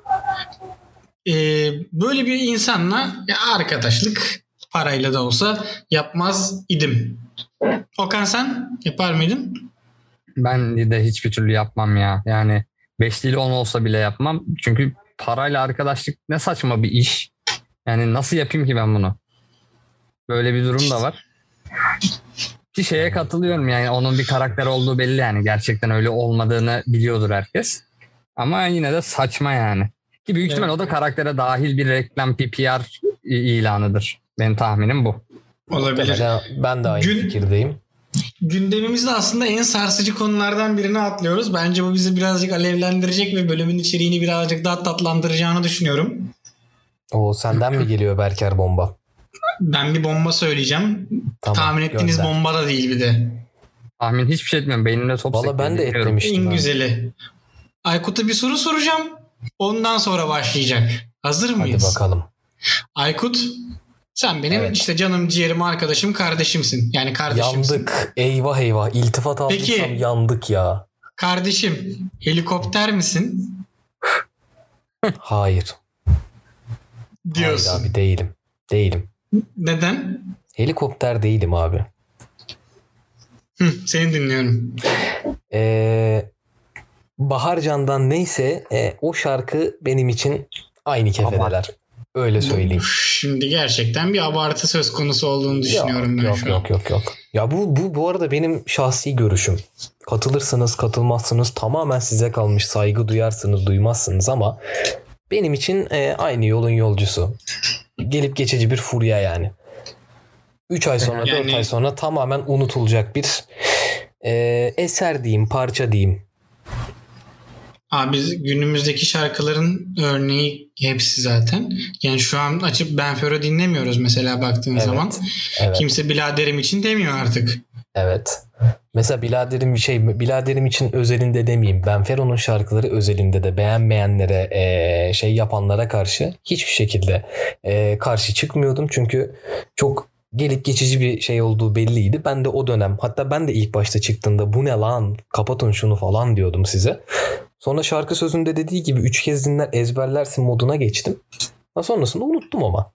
Speaker 1: Ee, böyle bir insanla ya arkadaşlık parayla da olsa yapmaz idim. Okan, sen yapar mıydın?
Speaker 3: Ben de hiçbir türlü yapmam ya. Yani beş değil on olsa bile yapmam. Çünkü parayla arkadaşlık ne saçma bir iş. Yani nasıl yapayım ki ben bunu? Böyle bir durum da var. Bir şeye katılıyorum yani, onun bir karakter olduğu belli yani. Gerçekten öyle olmadığını biliyordur herkes. Ama yine de saçma yani. Ki büyük ihtimal
Speaker 1: Evet.
Speaker 3: o da karaktere dahil bir reklam P R ilanıdır. Benim tahminim bu.
Speaker 1: Olabilir.
Speaker 2: Muhtemelen ben de aynı
Speaker 1: Gün-
Speaker 2: fikirdeyim.
Speaker 1: gündemimizde aslında en sarsıcı konulardan birini atlıyoruz. Bence bu bizi birazcık alevlendirecek ve bölümün içeriğini birazcık daha tatlandıracağını düşünüyorum.
Speaker 2: O senden mi geliyor Berker bomba?
Speaker 1: Ben bir bomba söyleyeceğim. Tamam, tahmin ettiğiniz gönder. Bomba da değil bir de.
Speaker 3: Tahmin hiçbir şey etmiyorum. Beynimde top
Speaker 2: Valla ben de etmemiştim.
Speaker 1: En ha. güzeli. Aykut'a bir soru soracağım. Ondan sonra başlayacak. Hazır mıyız?
Speaker 2: Hadi bakalım.
Speaker 1: Aykut, sen benim evet. işte canım, ciğerim, arkadaşım, kardeşimsin. Yani kardeşimsin.
Speaker 2: Yandık. Eyvah eyvah. İltifat aldıysam yandık ya.
Speaker 1: Kardeşim, helikopter misin?
Speaker 2: Hayır.
Speaker 1: Diyorsun.
Speaker 2: Hayır abi, değilim. Değilim.
Speaker 1: Neden?
Speaker 2: Helikopter değilim abi.
Speaker 1: Hı, seni dinliyorum.
Speaker 2: Ee, Baharcan'dan neyse e, o şarkı benim için aynı kefedeler. Öyle söyleyeyim.
Speaker 1: Şimdi gerçekten bir abartı söz konusu olduğunu düşünüyorum
Speaker 2: yok,
Speaker 1: ben
Speaker 2: yok,
Speaker 1: şu
Speaker 2: yok,
Speaker 1: an.
Speaker 2: Yok yok yok. Ya bu bu bu arada benim şahsi görüşüm. Katılırsınız, katılmazsınız, tamamen size kalmış. Saygı duyarsınız, duymazsınız ama benim için e, aynı yolun yolcusu. Gelip geçici bir furya yani. üç ay sonra, yani... dört ay sonra tamamen unutulacak bir e, eser diyeyim, parça diyeyim.
Speaker 1: Abi günümüzdeki şarkıların örneği hepsi zaten. Yani şu an açıp Benfero dinlemiyoruz mesela baktığın evet, zaman. Evet. Kimse Biladerim için demiyor artık.
Speaker 2: Evet. Mesela Biladerim şey Biladerim için özelinde demeyeyim. Benfero'nun şarkıları özelinde de beğenmeyenlere e, şey yapanlara karşı hiçbir şekilde e, karşı çıkmıyordum. Çünkü çok gelip geçici bir şey olduğu belliydi. Ben de o dönem, hatta ben de ilk başta çıktığında bu ne lan, kapatın şunu falan diyordum size. Sonra şarkı sözünde dediği gibi üç kez dinler ezberlersin moduna geçtim. Sonrasında unuttum ama.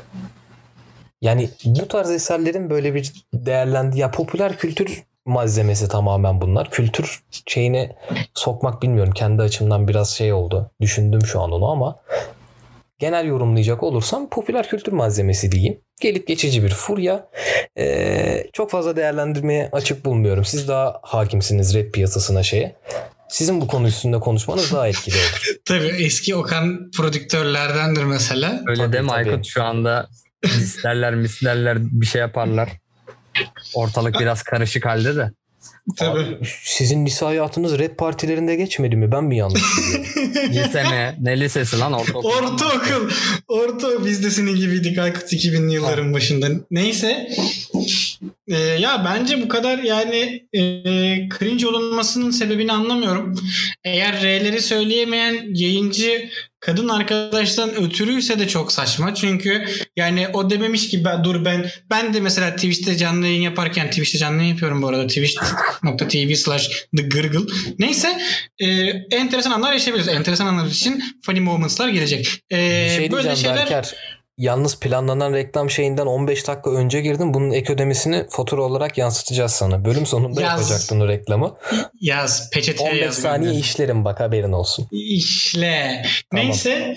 Speaker 2: Yani bu tarz eserlerin böyle bir değerlendiği, ya popüler kültür malzemesi tamamen bunlar. Kültür şeyine sokmak bilmiyorum. Kendi açımdan biraz şey oldu. Düşündüm şu an onu ama genel yorumlayacak olursam popüler kültür malzemesi diyeyim. Gelip geçici bir furya. Ee, çok fazla değerlendirmeye açık bulmuyorum. Siz daha hakimsiniz rap piyasasına şeye. Sizin bu konu üstünde konuşmanız daha etkili olur.
Speaker 1: Tabii eski Okan prodüktörlerdendir mesela.
Speaker 3: Öyle
Speaker 2: tabii,
Speaker 3: deme tabii. Aykut şu anda mislerler mislerler bir şey yaparlar. Ortalık biraz karışık halde de.
Speaker 1: Tabii.
Speaker 2: Abi, sizin lise hayatınız rap partilerinde geçmedi mi? Ben mi yanlış biliyorum?
Speaker 3: Lise mi? Ne lisesi lan? Ortaokul.
Speaker 1: Ortaokul. Orta biz de senin gibiydik Aykut iki binli yılların ha. başında. Neyse. Ee, ya bence bu kadar yani e, cringe olunmasının sebebini anlamıyorum. Eğer R'leri söyleyemeyen yayıncı kadın arkadaştan ötürüyse de çok saçma. Çünkü yani o dememiş ki ben, dur ben ben de mesela Twitch'te canlı yayın yaparken, Twitch'te canlı yayın yapıyorum bu arada, twitch.tv slash the gırgıl. Neyse e, enteresan anlar yaşayabiliriz. Enteresan anlar için funny moments'lar gelecek. E,
Speaker 2: bir şey böyle şeyler... Berker. Yalnız planlanan reklam şeyinden on beş dakika önce girdim. Bunun ek ödemesini fatura olarak yansıtacağız sana. Bölüm sonunda yaz, yapacaktın o reklamı.
Speaker 1: Yaz. Peçeteye yaz.
Speaker 2: on beş saniye yani. işlerim bak, haberin olsun.
Speaker 1: İşle. Tamam. Neyse.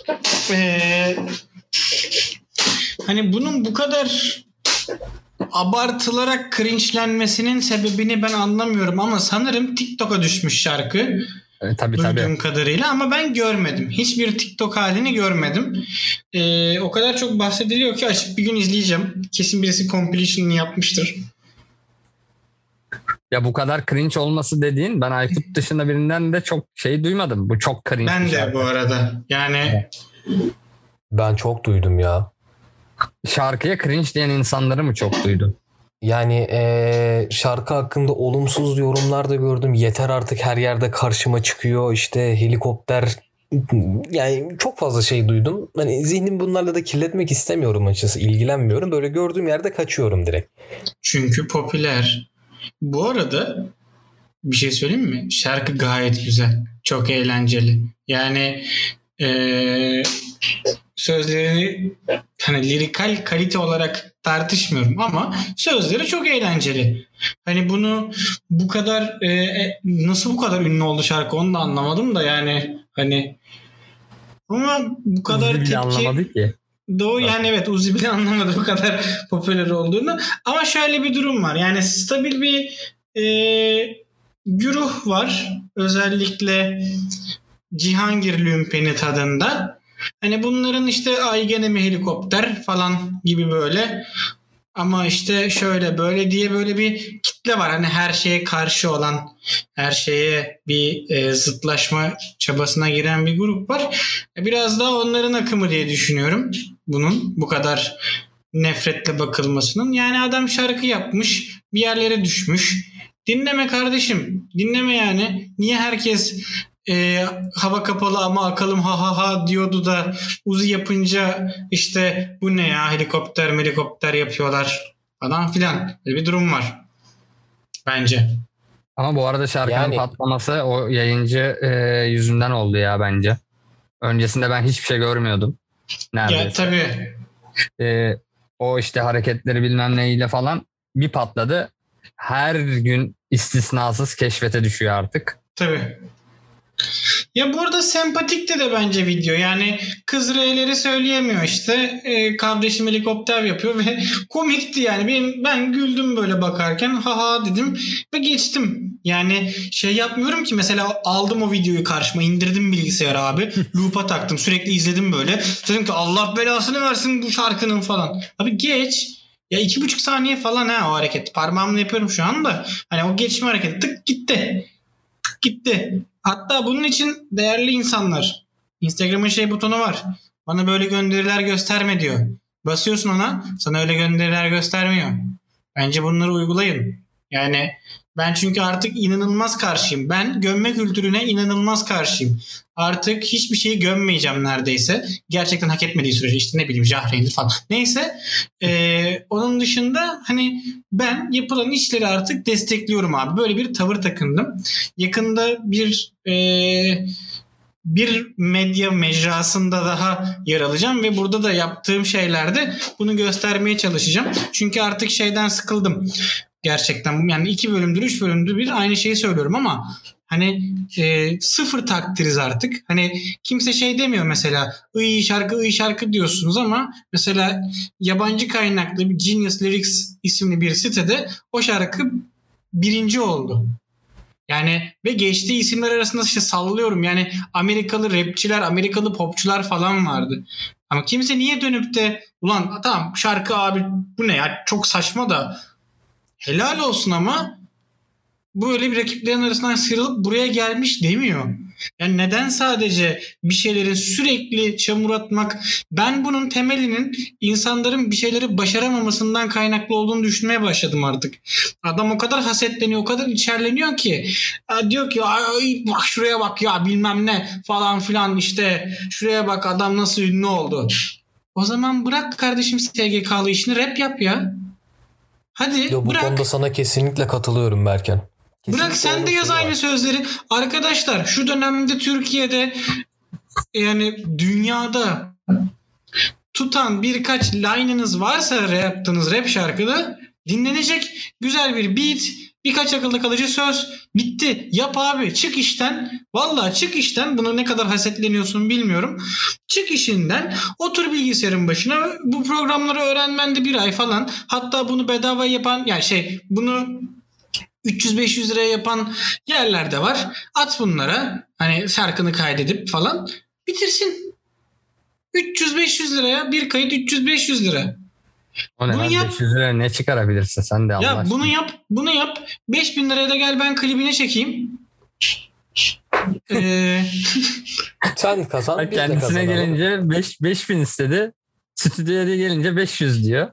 Speaker 1: Ee, hani bunun bu kadar abartılarak cringe'lenmesinin sebebini ben anlamıyorum ama sanırım TikTok'a düşmüş şarkı.
Speaker 3: E, tabii,
Speaker 1: duyduğum
Speaker 3: tabii.
Speaker 1: kadarıyla ama ben görmedim. Hiçbir TikTok halini görmedim. Ee, o kadar çok bahsediliyor ki açıp bir gün izleyeceğim. Kesin birisi compilation'ını yapmıştır.
Speaker 3: Ya bu kadar cringe olması dediğin, ben Aykut dışında birinden de çok şey duymadım. Bu çok cringe.
Speaker 1: Ben de şarkı. Bu arada. Yani
Speaker 2: ben çok duydum ya.
Speaker 3: Şarkıya cringe diyen insanları mı çok duydun?
Speaker 2: Yani ee, şarkı hakkında olumsuz yorumlar da gördüm. Yeter artık, her yerde karşıma çıkıyor. İşte helikopter, yani çok fazla şey duydum. Hani zihnimi bunlarla da kirletmek istemiyorum açıkçası. İlgilenmiyorum. Böyle gördüğüm yerde kaçıyorum direkt.
Speaker 1: Çünkü popüler. Bu arada bir şey söyleyeyim mi? Şarkı gayet güzel. Çok eğlenceli. Yani ee, sözlerini hani lirikal kalite olarak tartışmıyorum ama sözleri çok eğlenceli. Hani bunu bu kadar e, nasıl bu kadar ünlü oldu şarkı, onu da anlamadım da yani hani ama bu kadar
Speaker 3: Uzi
Speaker 1: tepki
Speaker 3: anlamadı ki.
Speaker 1: Doğu yani evet Uzi bile anlamadı bu kadar popüler olduğunu. Ama şöyle bir durum var. Yani stabil bir e, güruh var. Özellikle Cihangir Lümpeni tadında. Hani bunların işte ay gene mi helikopter falan gibi böyle ama işte şöyle böyle diye böyle bir kitle kitle var. Hani her şeye karşı olan, her şeye bir e, zıtlaşma çabasına giren bir grup var. Biraz daha onların akımı diye düşünüyorum. Bunun bu kadar nefretle bakılmasının. Yani adam şarkı yapmış, bir yerlere düşmüş. Dinleme kardeşim. Dinleme yani. Niye herkes e, hava kapalı ama akalım ha ha ha diyordu da Uzi yapınca işte bu ne ya, helikopter helikopter yapıyorlar falan filan. Böyle bir durum var. Bence.
Speaker 3: Ama bu arada şarkının
Speaker 2: Yani-
Speaker 3: patlaması o yayıncı e, yüzünden oldu ya bence. Öncesinde ben hiçbir şey görmüyordum. Neredeyse.
Speaker 1: Ya tabii.
Speaker 3: E, o işte hareketleri bilmem neyle falan bir patladı. Her gün istisnasız keşfete düşüyor artık.
Speaker 1: Tabii. Ya bu arada sempatikti de bence video. Yani kız R'leri söyleyemiyor işte. Ee, kardeşim helikopter yapıyor ve komikti yani. Benim, ben güldüm böyle bakarken. Ha ha dedim ve geçtim. Yani şey yapmıyorum ki, mesela aldım o videoyu karşıma, indirdim bilgisayara abi. Loop'a taktım, sürekli izledim böyle. Dedim ki Allah belasını versin bu şarkının falan. Abi geç. Ya iki buçuk saniye falan ha o hareket. Parmağımla yapıyorum şu anda. Hani o geçme hareketi tık gitti. Tık gitti. Hatta bunun için değerli insanlar, Instagram'ın şey butonu var. Bana böyle gönderiler gösterme diyor. Basıyorsun ona, sana öyle gönderiler göstermiyor. Bence bunları uygulayın. Yani ben çünkü artık inanılmaz karşıyım. Ben gömme kültürüne inanılmaz karşıyım. Artık hiçbir şeyi gömmeyeceğim neredeyse. Gerçekten hak etmediği sürece, işte ne bileyim Jahreyn'dir falan. Neyse ee, onun dışında hani ben yapılan işleri artık destekliyorum abi. Böyle bir tavır takındım. Yakında bir ee, bir medya mecrasında daha yer alacağım ve burada da yaptığım şeylerde bunu göstermeye çalışacağım. Çünkü artık şeyden sıkıldım. Gerçekten yani iki bölümdür, üç bölümdür bir aynı şeyi söylüyorum ama hani e, sıfır takdiriz artık. Hani kimse şey demiyor mesela, iyi şarkı iyi şarkı diyorsunuz ama mesela yabancı kaynaklı bir Genius Lyrics isimli bir sitede o şarkı birinci oldu. Yani ve geçtiği isimler arasında işte sallıyorum yani Amerikalı rapçiler, Amerikalı popçular falan vardı. Ama kimse niye dönüp de ulan tamam şarkı abi bu ne ya çok saçma da helal olsun ama böyle bir rakiplerin arasından sıyrılıp buraya gelmiş demiyor. Yani neden sadece bir şeylerin sürekli çamur atmak? Ben bunun temelinin insanların bir şeyleri başaramamasından kaynaklı olduğunu düşünmeye başladım artık. Adam o kadar hasetleniyor, o kadar içerleniyor ki diyor ki ay, bak şuraya bak ya bilmem ne falan filan, işte şuraya bak adam nasıl ünlü oldu. O zaman bırak kardeşim S G K'lı işini, rap yap ya. Hadi
Speaker 2: Yo, bu
Speaker 1: bırak.
Speaker 2: konuda sana kesinlikle katılıyorum Berken. Kesinlikle
Speaker 1: Bırak sen de yaz
Speaker 2: şey
Speaker 1: aynı
Speaker 2: var.
Speaker 1: sözleri. Arkadaşlar şu dönemde Türkiye'de yani dünyada tutan birkaç line'ınız varsa yaptığınız rap şarkıda dinlenecek güzel bir beat, birkaç akılda kalıcı söz, bitti. Yap abi, çık işten. Vallahi çık işten. Bunu ne kadar hasetleniyorsun bilmiyorum. Çık işinden, otur bilgisayarın başına. Bu programları öğrenmen de bir ay falan. Hatta bunu bedava yapan yani şey bunu üç yüz beş yüz liraya yapan yerler de var. At bunlara. Hani şarkını kaydedip falan. Bitirsin. üç yüz beş yüz liraya bir kayıt, üç yüz beş yüz lira.
Speaker 3: O ne
Speaker 1: Bunu
Speaker 3: lan,
Speaker 1: yap.
Speaker 3: beş yüz lira ne çıkarabilirsin sen de Allah
Speaker 1: Ya
Speaker 3: aşkına.
Speaker 1: bunu yap. Bunu yap. beş bin liraya da gel ben klibine çekeyim. Ee,
Speaker 2: Sen kazan, biz de
Speaker 3: Kendisine
Speaker 2: kazanalım.
Speaker 3: gelince beş bin istedi. Stüdyoya da gelince beş yüz diyor.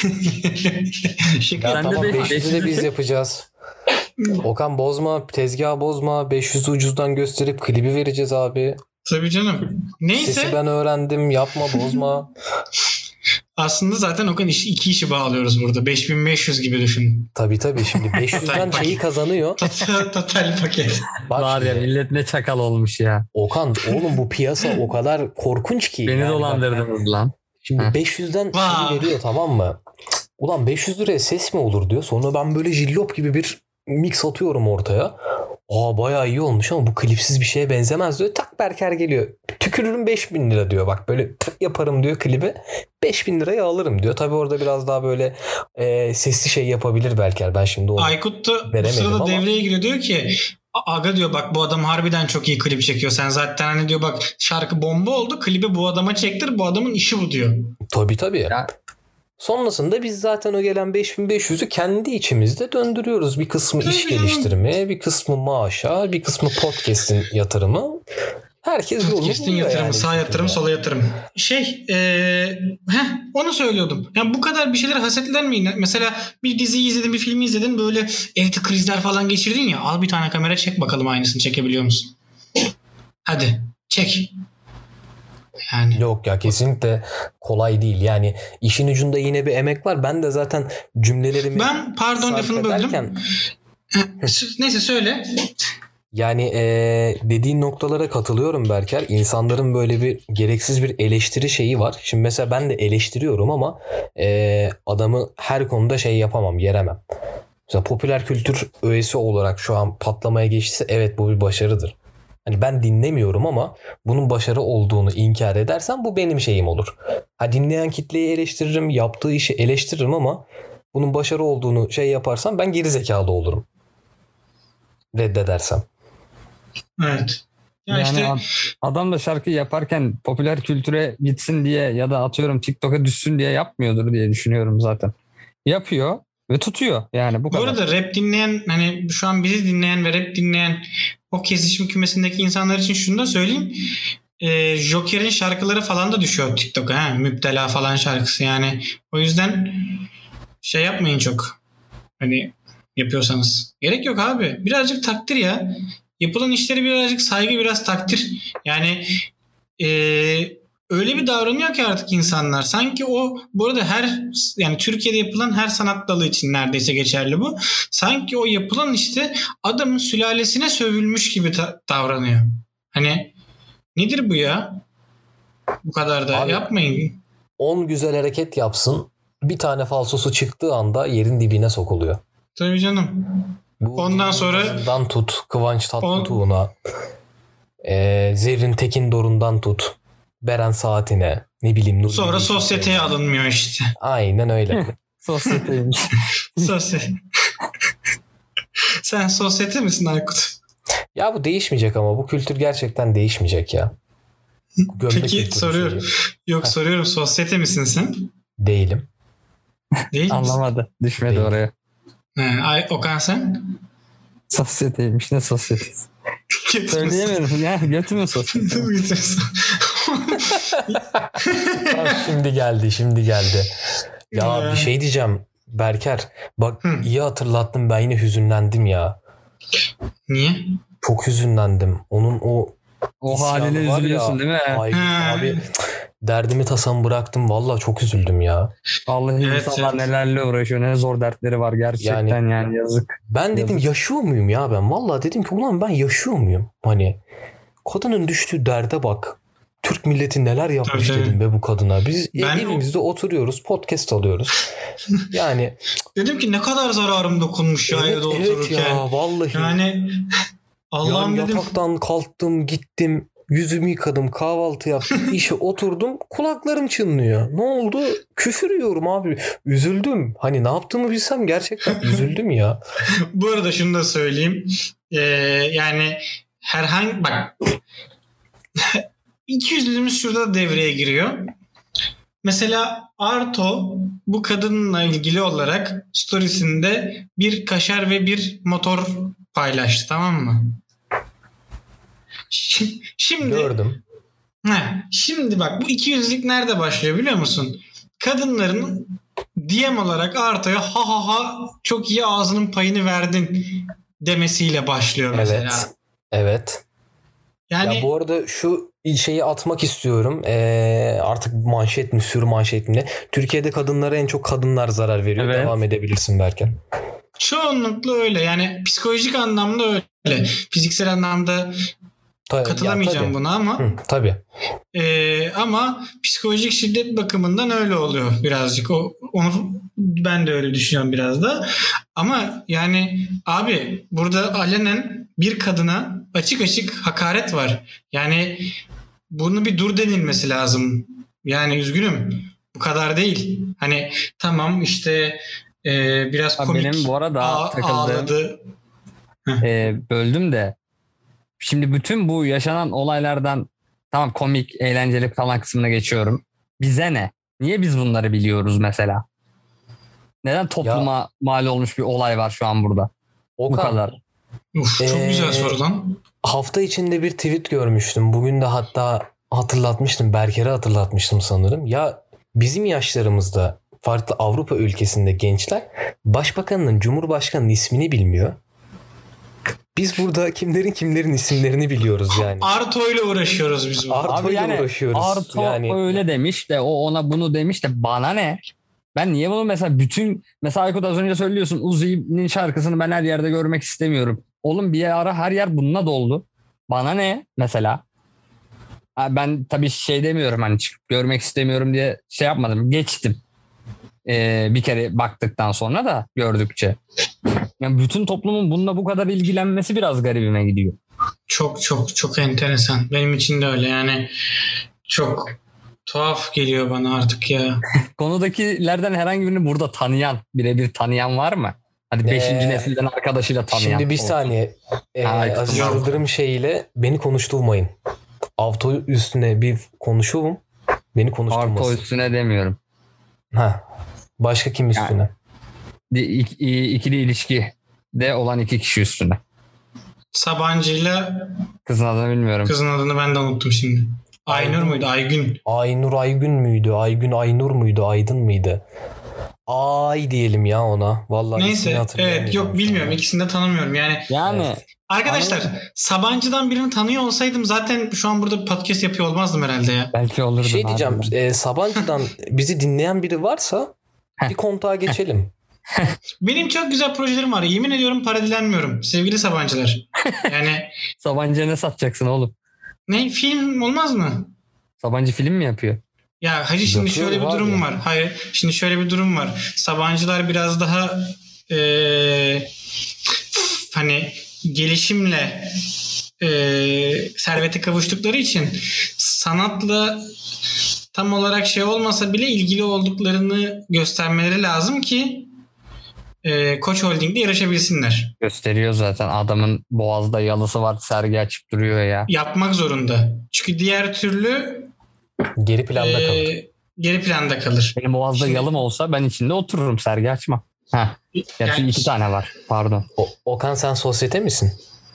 Speaker 1: Şaka
Speaker 2: Ya
Speaker 3: Ben de
Speaker 2: tamam
Speaker 3: beş-
Speaker 2: beş yüzü de
Speaker 3: beş
Speaker 2: biz
Speaker 3: yüzü-
Speaker 2: yapacağız. Okan bozma, tezgahı bozma. beş yüzü ucuzdan gösterip klibi vereceğiz abi.
Speaker 1: Tabii canım. Neyse.
Speaker 2: Sesi ben öğrendim, yapma, bozma.
Speaker 1: Aslında zaten Okan iş, iki işi bağlıyoruz burada. beş bin beş yüz gibi düşün.
Speaker 2: Tabii tabii, şimdi beş yüzden şeyi kazanıyor.
Speaker 1: Total, total paket.
Speaker 2: Bak
Speaker 3: Var ya,
Speaker 2: şimdi,
Speaker 3: millet ne çakal olmuş ya.
Speaker 2: Okan oğlum bu piyasa o kadar korkunç ki.
Speaker 3: Beni
Speaker 2: Yani bak,
Speaker 3: dolandırdınız lan.
Speaker 2: şimdi
Speaker 3: Heh.
Speaker 2: beş yüzden
Speaker 1: Vay.
Speaker 2: şeyi veriyor, tamam mı? Ulan beş yüz liraya ses mi olur diyor. Sonra ben böyle jillop gibi bir mix atıyorum ortaya. Aa bayağı iyi olmuş ama bu klipsiz bir şeye benzemez diyor. Tak Berker geliyor. Tükürürüm beş bin lira diyor. Bak böyle tık yaparım diyor klibi. beş bin liraya alırım diyor. Tabii orada biraz daha böyle e, sesli şey yapabilir Berker. Ben şimdi onu
Speaker 1: Aykut da bu
Speaker 2: veremedim
Speaker 1: sırada
Speaker 2: ama.
Speaker 1: devreye giriyor, diyor ki aga diyor bak bu adam harbiden çok iyi klip çekiyor. Sen zaten hani diyor bak şarkı bomba oldu. Klibi bu adama çektir. Bu adamın işi bu diyor.
Speaker 2: Tabii tabii.
Speaker 3: Ya,
Speaker 2: Sonrasında biz zaten o gelen beş bin beş yüzü kendi içimizde döndürüyoruz. Bir kısmı iş geliştirmeye, bir kısmı maaşa, bir kısmı podcast'in yatırımı. Herkes yolunu
Speaker 1: Podcast'in
Speaker 2: buluyor
Speaker 1: yatırımı,
Speaker 2: yani
Speaker 1: sağ yatırım, sola yatırım. Şey, ee, heh, onu söylüyordum. Yani bu kadar bir şeyleri hasetlenmeyin. Mesela bir diziyi izledin, bir filmi izledin, böyle evde krizler falan geçirdin ya. Al bir tane kamera, çek bakalım aynısını çekebiliyor musun? Hadi çek. Yani.
Speaker 2: Yok ya, kesinlikle kolay değil. Yani işin ucunda yine bir emek var. Ben de zaten cümlelerimi
Speaker 1: Ben pardon lafını böldüm. Neyse söyle.
Speaker 2: Yani ee, dediğin noktalara katılıyorum Berker. İnsanların böyle bir gereksiz bir eleştiri şeyi var. Şimdi mesela ben de eleştiriyorum ama ee, adamı her konuda şey yapamam, yeremem. Mesela popüler kültür öğesi olarak şu an patlamaya geçtiyse evet, bu bir başarıdır. Hani ben dinlemiyorum ama bunun başarı olduğunu inkar edersem bu benim şeyim olur. Ha, dinleyen kitleyi eleştiririm, yaptığı işi eleştiririm ama bunun başarı olduğunu şey yaparsam ben geri zekalı olurum. Reddedersem.
Speaker 1: Evet. Ya
Speaker 3: yani
Speaker 1: işte
Speaker 3: adam da şarkı yaparken popüler kültüre gitsin diye ya da atıyorum TikTok'a düşsün diye yapmıyordur diye düşünüyorum zaten. Yapıyor ve tutuyor yani bu,
Speaker 1: bu
Speaker 3: kadar.
Speaker 1: Bu arada rap dinleyen, hani şu an bizi dinleyen ve rap dinleyen o kesişim kümesindeki insanlar için şunu da söyleyeyim. Ee, Joker'in şarkıları falan da düşüyor TikTok'a. Ha? Müptela falan şarkısı yani. O yüzden şey yapmayın çok. Hani yapıyorsanız. Gerek yok abi. Birazcık takdir ya. Yapılan işleri birazcık saygı, biraz takdir. Yani eee öyle bir davranıyor ki artık insanlar. Sanki o, bu arada her, yani Türkiye'de yapılan her sanat dalı için neredeyse geçerli bu. Sanki o yapılan işte adamın sülalesine sövülmüş gibi ta- davranıyor. Hani nedir bu ya? Bu kadar da
Speaker 2: Abi,
Speaker 1: yapmayın.
Speaker 2: on güzel hareket yapsın, bir tane falsosu çıktığı anda yerin dibine sokuluyor.
Speaker 1: Tabii canım.
Speaker 2: Bu
Speaker 1: Ondan sonra
Speaker 2: Dan tut, Kıvanç Tatlıtuğ'una, e, Zerrin Tekindor'undan tut, Beren Saatine, ne bileyim Nur.
Speaker 1: Sonra sosyeteye alınmıyor işte.
Speaker 2: Aynen öyle.
Speaker 3: Sosyeteymiş.
Speaker 1: Sosyete. Sen sosyete misin Aykut?
Speaker 2: Ya bu değişmeyecek ama bu kültür gerçekten değişmeyecek ya.
Speaker 1: Peki soruyorum. Şeyi. Yok Heh. soruyorum, sosyete misin sen?
Speaker 2: Değilim.
Speaker 1: Değil
Speaker 3: Anlamadı. Düşmedi Değil. oraya.
Speaker 1: He, Ay, Okan sen?
Speaker 3: Sosyeteymiş. Ne sosyetesi? Söyleyemiyorum ya. Götümün sosyete.
Speaker 2: Şimdi geldi. Şimdi geldi. Ya, ya bir şey diyeceğim. Berker. Bak Hı. iyi hatırlattın. Ben yine hüzünlendim ya.
Speaker 1: Niye?
Speaker 2: Çok hüzünlendim. Onun o
Speaker 3: o haline üzülüyorsun ya, değil mi?
Speaker 2: Ay, abi derdimi tasamı bıraktım. Vallahi çok üzüldüm ya.
Speaker 3: Vallahi evet, insanlar evet. nelerle uğraşıyor. Ne zor dertleri var gerçekten yani, yani yazık.
Speaker 2: Ben
Speaker 3: yazık.
Speaker 2: dedim yaşıyor muyum ya ben? Vallahi dedim ki ulan ben yaşıyor muyum? Hani kadının düştüğü derde bak. Türk milleti neler yapmış tabii, dedim be bu kadına. Biz ben evimizde o... oturuyoruz, podcast alıyoruz. Yani
Speaker 1: dedim ki ne kadar zararım dokunmuş ya
Speaker 2: evet,
Speaker 1: evde
Speaker 2: evet
Speaker 1: otururken.
Speaker 2: Evet ya vallahi.
Speaker 1: Yani Allah'ım
Speaker 2: yani
Speaker 1: dedim.
Speaker 2: Yataktan kalktım, gittim. Yüzümü yıkadım, kahvaltı yaptım, işe oturdum, kulaklarım çınlıyor. Ne oldu? Küfür yiyorum abi. Üzüldüm. Hani ne yaptığımı bilsem gerçekten üzüldüm ya.
Speaker 1: Bu arada şunu da söyleyeyim. Ee, yani herhangi bak iki yüzlülüğümüz şurada devreye giriyor. Mesela Arto bu kadınla ilgili olarak storiesinde bir kaşar ve bir motor paylaştı, tamam mı? Şimdi
Speaker 2: gördüm.
Speaker 1: He, şimdi bak bu ikiyüzlülük nerede başlıyor biliyor musun? Kadınların D M olarak Arto'ya ha ha ha çok iyi ağzının payını verdin demesiyle başlıyor mesela.
Speaker 2: Evet. Evet.
Speaker 1: Yani
Speaker 2: ya bu arada şu şeyi atmak istiyorum. Ee, artık manşet mi, sür manşet mi ne? Türkiye'de kadınlara en çok kadınlar zarar veriyor. Evet. Devam edebilirsin belki.
Speaker 1: Çoğunlukla öyle. Yani psikolojik anlamda öyle. Fiziksel anlamda Ta- katılamayacağım ya, buna ama.
Speaker 2: Hı, tabii.
Speaker 1: Ee, ama psikolojik şiddet bakımından öyle oluyor birazcık. O, onu ben de öyle düşünüyorum biraz da. Ama yani abi burada alenen bir kadına açık açık hakaret var. Yani bunu bir dur denilmesi lazım. Yani üzgünüm. Bu kadar değil. Hani tamam işte e, biraz komik.
Speaker 3: Benim bu arada
Speaker 1: a- ağladı.
Speaker 3: E, böldüm de. Şimdi bütün bu yaşanan olaylardan tamam komik, eğlenceli falan kısmına geçiyorum. Bize ne? Niye biz bunları biliyoruz mesela? Neden topluma ya, mal olmuş bir olay var şu an burada? O Bu kadar.
Speaker 1: Uf, çok ee, güzel soru lan.
Speaker 2: Hafta içinde bir tweet görmüştüm. Bugün de hatta hatırlatmıştım. Berker'e hatırlatmıştım sanırım. Ya bizim yaşlarımızda farklı Avrupa ülkesinde gençler başbakanın, cumhurbaşkanının ismini bilmiyor. Biz burada kimlerin kimlerin isimlerini biliyoruz yani.
Speaker 1: Arto ile uğraşıyoruz biz.
Speaker 2: Arto ile yani, uğraşıyoruz.
Speaker 3: Arto
Speaker 2: yani.
Speaker 3: öyle demiş de o ona bunu demiş de bana ne? Ben niye bunu mesela bütün mesela Aykut az önce söylüyorsun Uzi'nin şarkısını ben her yerde görmek istemiyorum. Oğlum bir ara her yer bununla doldu. Bana ne mesela? Ben tabii şey demiyorum hani çıkıp görmek istemiyorum diye şey yapmadım. Geçtim. Ee, bir kere baktıktan sonra da gördükçe. Yani bütün toplumun bununla bu kadar ilgilenmesi biraz garibime gidiyor.
Speaker 1: Çok çok çok enteresan. Benim için de öyle yani çok tuhaf geliyor bana artık ya.
Speaker 3: Konudakilerden herhangi birini burada tanıyan, birebir tanıyan var mı? Hadi beşinci Ee, nesilden arkadaşıyla tanıyan.
Speaker 2: Şimdi bir
Speaker 3: olsun.
Speaker 2: saniye. Ee, Aziz Yıldırım şeyiyle beni konuşturmayın. Avto üstüne bir konuşurum. Beni konuşturmasın.
Speaker 3: Avto üstüne demiyorum.
Speaker 2: Ha. Başka kim üstüne?
Speaker 3: Yani, ikili ilişki de olan iki kişi üstüne.
Speaker 1: Sabancı'yla
Speaker 3: kızın adını bilmiyorum.
Speaker 1: Kızın adını ben de unuttum şimdi. Aynur muydu? Aygün.
Speaker 2: Aynur Aygün müydü? Aygün Aynur muydu? Aydın mıydı? Ay diyelim ya ona. Vallahi
Speaker 1: neyse evet yok bilmiyorum. İkisini de tanımıyorum yani.
Speaker 3: Yani evet.
Speaker 1: Arkadaşlar anladım. Sabancı'dan birini tanıyor olsaydım zaten şu an burada podcast yapıyor olmazdım herhalde ya.
Speaker 3: Belki olurdu.
Speaker 2: Şey diyeceğim e, Sabancı'dan bizi dinleyen biri varsa bir kontağa geçelim.
Speaker 1: Benim çok güzel projelerim var. Yemin ediyorum para dilenmiyorum. Sevgili Sabancılar. Yani
Speaker 3: Sabancı'ya ne satacaksın oğlum?
Speaker 1: Ne? Film olmaz mı?
Speaker 3: Sabancı film mi yapıyor?
Speaker 1: Ya hacı şimdi yapıyor şöyle bir durum ya. var. Hayır şimdi şöyle bir durum var. Sabancılar biraz daha ee, hani gelişimle ee, servete kavuştukları için sanatla tam olarak şey olmasa bile ilgili olduklarını göstermeleri lazım ki e, Koç Holding'de yarışabilsinler.
Speaker 3: Gösteriyor zaten. Adamın boğazda yalısı var, sergi açıp duruyor ya.
Speaker 1: Yapmak zorunda. Çünkü diğer türlü
Speaker 2: geri planda e, kalır.
Speaker 1: Geri planda kalır.
Speaker 3: Benim boğazda Şimdi, yalım olsa ben içinde otururum, sergi açmam. Heh. Gerçi yani, iki tane var. Pardon.
Speaker 2: O, Okan sen sosyete misin?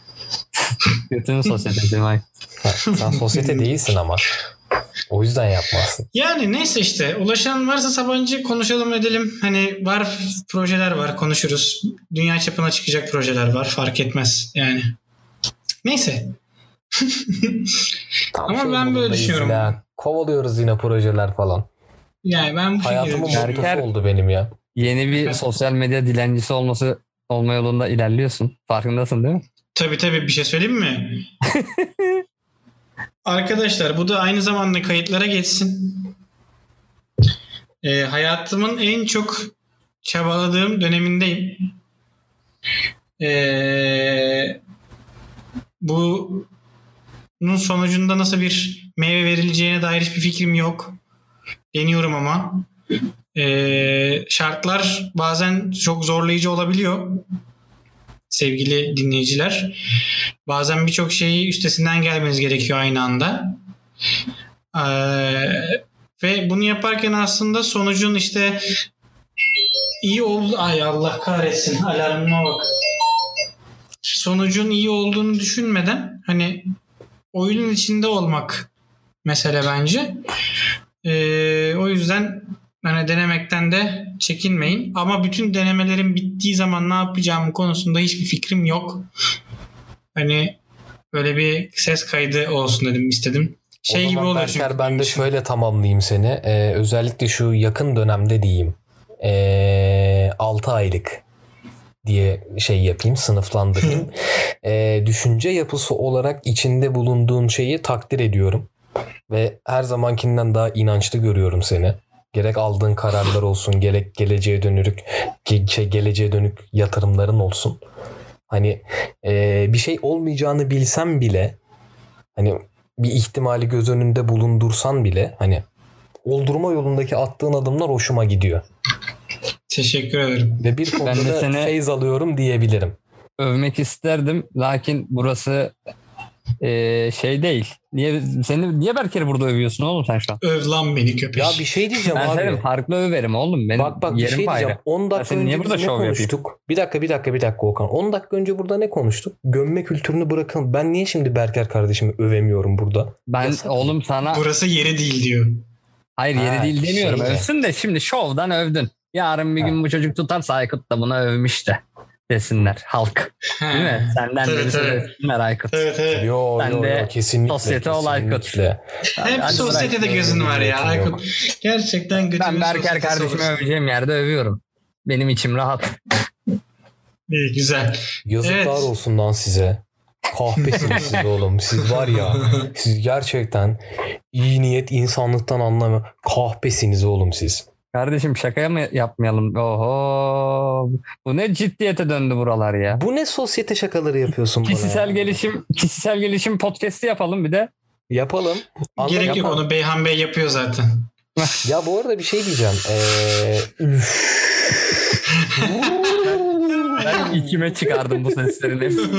Speaker 3: Kötünün sosyetesi Mike.
Speaker 2: Sen sosyete değilsin ama. O yüzden yapmazsın.
Speaker 1: Yani neyse işte ulaşan varsa Sabancı konuşalım edelim. Hani var projeler var konuşuruz. Dünya çapına çıkacak projeler var fark etmez yani. Neyse. Ama şey ben böyle düşünüyorum.
Speaker 2: Ya. Kovalıyoruz yine projeler falan.
Speaker 1: Yani ben bu
Speaker 2: hayatımın mottosu oldu benim ya.
Speaker 3: Yeni bir sosyal medya dilencisi olması olma yolunda ilerliyorsun. Farkındasın değil mi?
Speaker 1: Tabii tabii bir şey söyleyeyim mi? Arkadaşlar bu da aynı zamanda kayıtlara geçsin. Ee, hayatımın en çok çabaladığım dönemindeyim. Ee, bunun sonucunda nasıl bir meyve verileceğine dair hiçbir fikrim yok. Deniyorum ama. Ee, şartlar bazen çok zorlayıcı olabiliyor. Sevgili dinleyiciler. Bazen birçok şeyi üstesinden gelmeniz gerekiyor aynı anda. Ee, ve bunu yaparken aslında sonucun işte iyi oldu. Ay Allah kahretsin. Alarmıma bak. Sonucun iyi olduğunu düşünmeden hani oyunun içinde olmak mesele bence. Ee, o yüzden hani denemekten de çekinmeyin. Ama bütün denemelerin bittiği zaman ne yapacağım konusunda hiçbir fikrim yok. Hani böyle bir ses kaydı olsun dedim istedim. Şey gibi oluyor
Speaker 2: Berker, çünkü. Ben de şöyle tamamlayayım seni. Ee, özellikle şu yakın dönemde diyeyim. Ee, altı aylık diye şey yapayım, sınıflandırayım. ee, düşünce yapısı olarak içinde bulunduğun şeyi takdir ediyorum. Ve her zamankinden daha inançlı görüyorum seni. Gerek aldığın kararlar olsun, gerek geleceğe dönük, şey, geleceğe dönük yatırımların olsun. Hani e, bir şey olmayacağını bilsem bile, hani bir ihtimali göz önünde bulundursan bile, hani oldurma yolundaki attığın adımlar hoşuma gidiyor.
Speaker 1: Teşekkür ederim.
Speaker 2: Ve bir konuda da feyz alıyorum diyebilirim.
Speaker 3: Övmek isterdim, lakin burası Ee, şey değil. Niye seni niye Berker'i burada övüyorsun oğlum sen şu an?
Speaker 1: Öv lan beni köpek.
Speaker 2: Ya bir şey diyeceğim
Speaker 3: Ben
Speaker 2: abi.
Speaker 3: senin farklı överim oğlum. Benim
Speaker 2: Bak bak bir
Speaker 3: yerim
Speaker 2: şey
Speaker 3: ayrı.
Speaker 2: diyeceğim. on dakika
Speaker 3: Ben niye
Speaker 2: önce
Speaker 3: burada
Speaker 2: biz ne
Speaker 3: şov
Speaker 2: konuştuk?
Speaker 3: yapayım?
Speaker 2: Bir dakika bir dakika bir dakika Okan. on dakika önce burada ne konuştuk? Gömme kültürünü bırakın. Ben niye şimdi Berker kardeşimi övemiyorum burada?
Speaker 3: Ben
Speaker 2: Yasak
Speaker 3: oğlum sana
Speaker 1: Burası yeri değil diyor.
Speaker 3: hayır yeri
Speaker 2: Ha,
Speaker 3: değil demiyorum.
Speaker 2: şey de.
Speaker 3: Övsün de şimdi şovdan övdün. Yarın bir gün bu çocuk tutarsa Aykut da buna övmüş de desinler halk. Değil mi? Senden
Speaker 1: Tabii,
Speaker 3: birisi
Speaker 1: tabii.
Speaker 3: desinler Aykut.
Speaker 1: Evet evet.
Speaker 2: Yo
Speaker 3: Ben
Speaker 2: yo
Speaker 3: de
Speaker 2: yo kesinlikle.
Speaker 3: sosyete ol Aykut.
Speaker 2: kesinlikle.
Speaker 1: Hep
Speaker 3: Hadi
Speaker 1: sosyetede
Speaker 3: bırak.
Speaker 1: gözün var ya
Speaker 2: Yok.
Speaker 1: Aykut. Gerçekten götümün
Speaker 3: Ben Berker
Speaker 1: sosyetesi
Speaker 3: kardeşimi
Speaker 1: olursun.
Speaker 3: öveceğim yerde övüyorum. Benim içim rahat.
Speaker 1: İyi, güzel.
Speaker 2: Yazıklar
Speaker 1: Evet.
Speaker 2: olsun lan size. Kahpesiniz siz oğlum. Siz var ya. Siz gerçekten iyi niyet insanlıktan anlamıyor. Kahpesiniz oğlum siz.
Speaker 3: Kardeşim şakaya mı yapmayalım? Oho. Bu ne ciddiyete döndü buralar ya.
Speaker 2: Bu ne sosyete şakaları yapıyorsun bana
Speaker 3: Kişisel
Speaker 2: ya?
Speaker 3: gelişim kişisel gelişim podcast'i yapalım bir de.
Speaker 2: Yapalım. Anla-
Speaker 1: Gerek yok,
Speaker 2: yapalım.
Speaker 1: onu Beyhan Bey yapıyor zaten.
Speaker 2: Ya bu arada bir şey diyeceğim. Ee, üf.
Speaker 3: Ben ikime çıkardım bu seslerin hepsini.